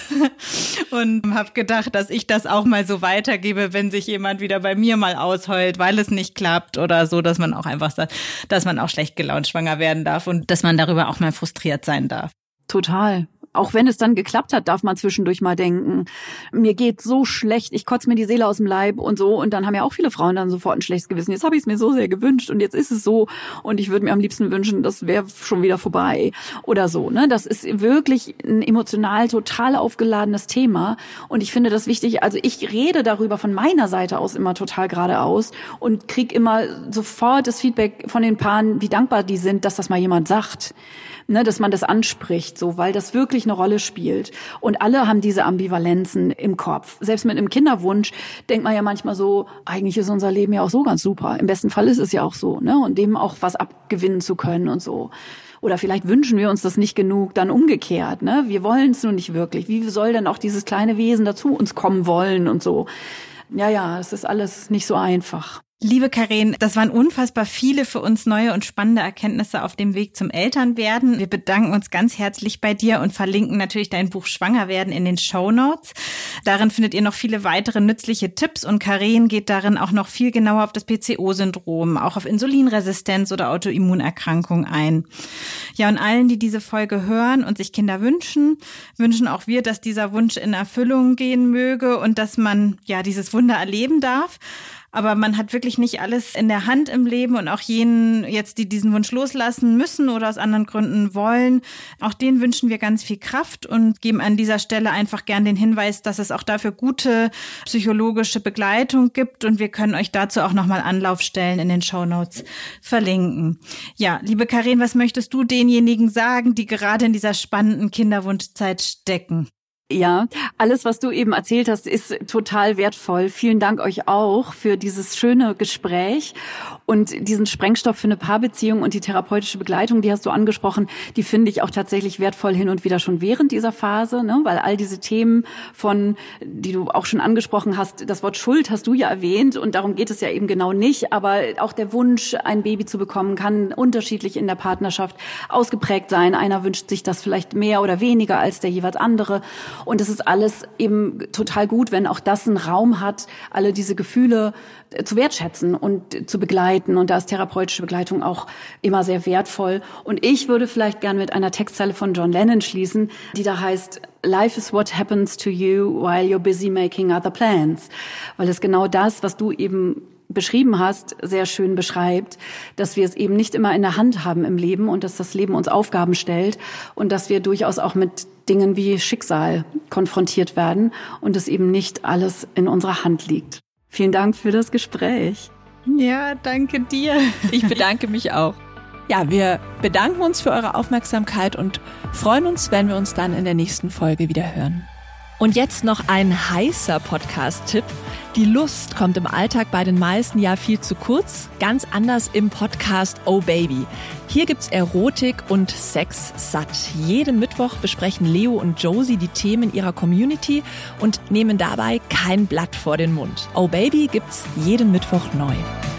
Und habe gedacht, dass ich das auch mal so weitergebe, wenn sich jemand wieder bei mir mal ausheult, weil es nicht klappt oder so, dass man auch einfach sagt, dass man auch schlecht gelaunt schwanger werden darf und dass man darüber auch mal frustriert sein darf. Total. Auch wenn es dann geklappt hat, darf man zwischendurch mal denken, mir geht so schlecht, ich kotze mir die Seele aus dem Leib und so. Und dann haben ja auch viele Frauen dann sofort ein schlechtes Gewissen. Jetzt habe ich es mir so sehr gewünscht und jetzt ist es so. Und ich würde mir am liebsten wünschen, das wäre schon wieder vorbei oder so. Ne? Das ist wirklich ein emotional total aufgeladenes Thema. Und ich finde das wichtig. Also ich rede darüber von meiner Seite aus immer total geradeaus und kriege immer sofort das Feedback von den Paaren, wie dankbar die sind, dass das mal jemand sagt. Ne, dass man das anspricht, so, weil das wirklich eine Rolle spielt. Und alle haben diese Ambivalenzen im Kopf. Selbst mit einem Kinderwunsch denkt man ja manchmal so, eigentlich ist unser Leben ja auch so ganz super. Im besten Fall ist es ja auch so, ne, und dem auch was abgewinnen zu können und so. Oder vielleicht wünschen wir uns das nicht genug, dann umgekehrt, ne? Wir wollen es nur nicht wirklich. Wie soll denn auch dieses kleine Wesen dazu uns kommen wollen und so? Ja, ja, es ist alles nicht so einfach. Liebe Karin, das waren unfassbar viele für uns neue und spannende Erkenntnisse auf dem Weg zum Elternwerden. Wir bedanken uns ganz herzlich bei dir und verlinken natürlich dein Buch Schwangerwerden in den Shownotes. Darin findet ihr noch viele weitere nützliche Tipps und Karin geht darin auch noch viel genauer auf das P C O-Syndrom, auch auf Insulinresistenz oder Autoimmunerkrankungen ein. Ja, und allen, die diese Folge hören und sich Kinder wünschen, wünschen auch wir, dass dieser Wunsch in Erfüllung gehen möge und dass man ja dieses Wunder erleben darf. Aber man hat wirklich nicht alles in der Hand im Leben und auch jenen jetzt, die diesen Wunsch loslassen müssen oder aus anderen Gründen wollen, auch denen wünschen wir ganz viel Kraft und geben an dieser Stelle einfach gern den Hinweis, dass es auch dafür gute psychologische Begleitung gibt und wir können euch dazu auch nochmal Anlaufstellen in den Shownotes verlinken. Ja, liebe Karin, was möchtest du denjenigen sagen, die gerade in dieser spannenden Kinderwunschzeit stecken? Ja, alles, was du eben erzählt hast, ist total wertvoll. Vielen Dank euch auch für dieses schöne Gespräch und diesen Sprengstoff für eine Paarbeziehung und die therapeutische Begleitung, die hast du angesprochen, die finde ich auch tatsächlich wertvoll hin und wieder schon während dieser Phase, ne? Weil all diese Themen von, die du auch schon angesprochen hast, das Wort Schuld hast du ja erwähnt und darum geht es ja eben genau nicht, aber auch der Wunsch, ein Baby zu bekommen, kann unterschiedlich in der Partnerschaft ausgeprägt sein. Einer wünscht sich das vielleicht mehr oder weniger als der jeweils andere. Und es ist alles eben total gut, wenn auch das einen Raum hat, alle diese Gefühle zu wertschätzen und zu begleiten. Und da ist therapeutische Begleitung auch immer sehr wertvoll. Und ich würde vielleicht gern mit einer Textzeile von John Lennon schließen, die da heißt: Life is what happens to you while you're busy making other plans. Weil es genau das, was du eben beschrieben hast, sehr schön beschreibt, dass wir es eben nicht immer in der Hand haben im Leben und dass das Leben uns Aufgaben stellt und dass wir durchaus auch mit Dingen wie Schicksal konfrontiert werden und es eben nicht alles in unserer Hand liegt. Vielen Dank für das Gespräch. Ja, danke dir. Ich bedanke mich auch. Ja, wir bedanken uns für eure Aufmerksamkeit und freuen uns, wenn wir uns dann in der nächsten Folge wieder hören. Und jetzt noch ein heißer Podcast-Tipp. Die Lust kommt im Alltag bei den meisten ja viel zu kurz, ganz anders im Podcast Oh Baby. Hier gibt's Erotik und Sex satt. Jeden Mittwoch besprechen Leo und Josie die Themen ihrer Community und nehmen dabei kein Blatt vor den Mund. Oh Baby gibt's jeden Mittwoch neu.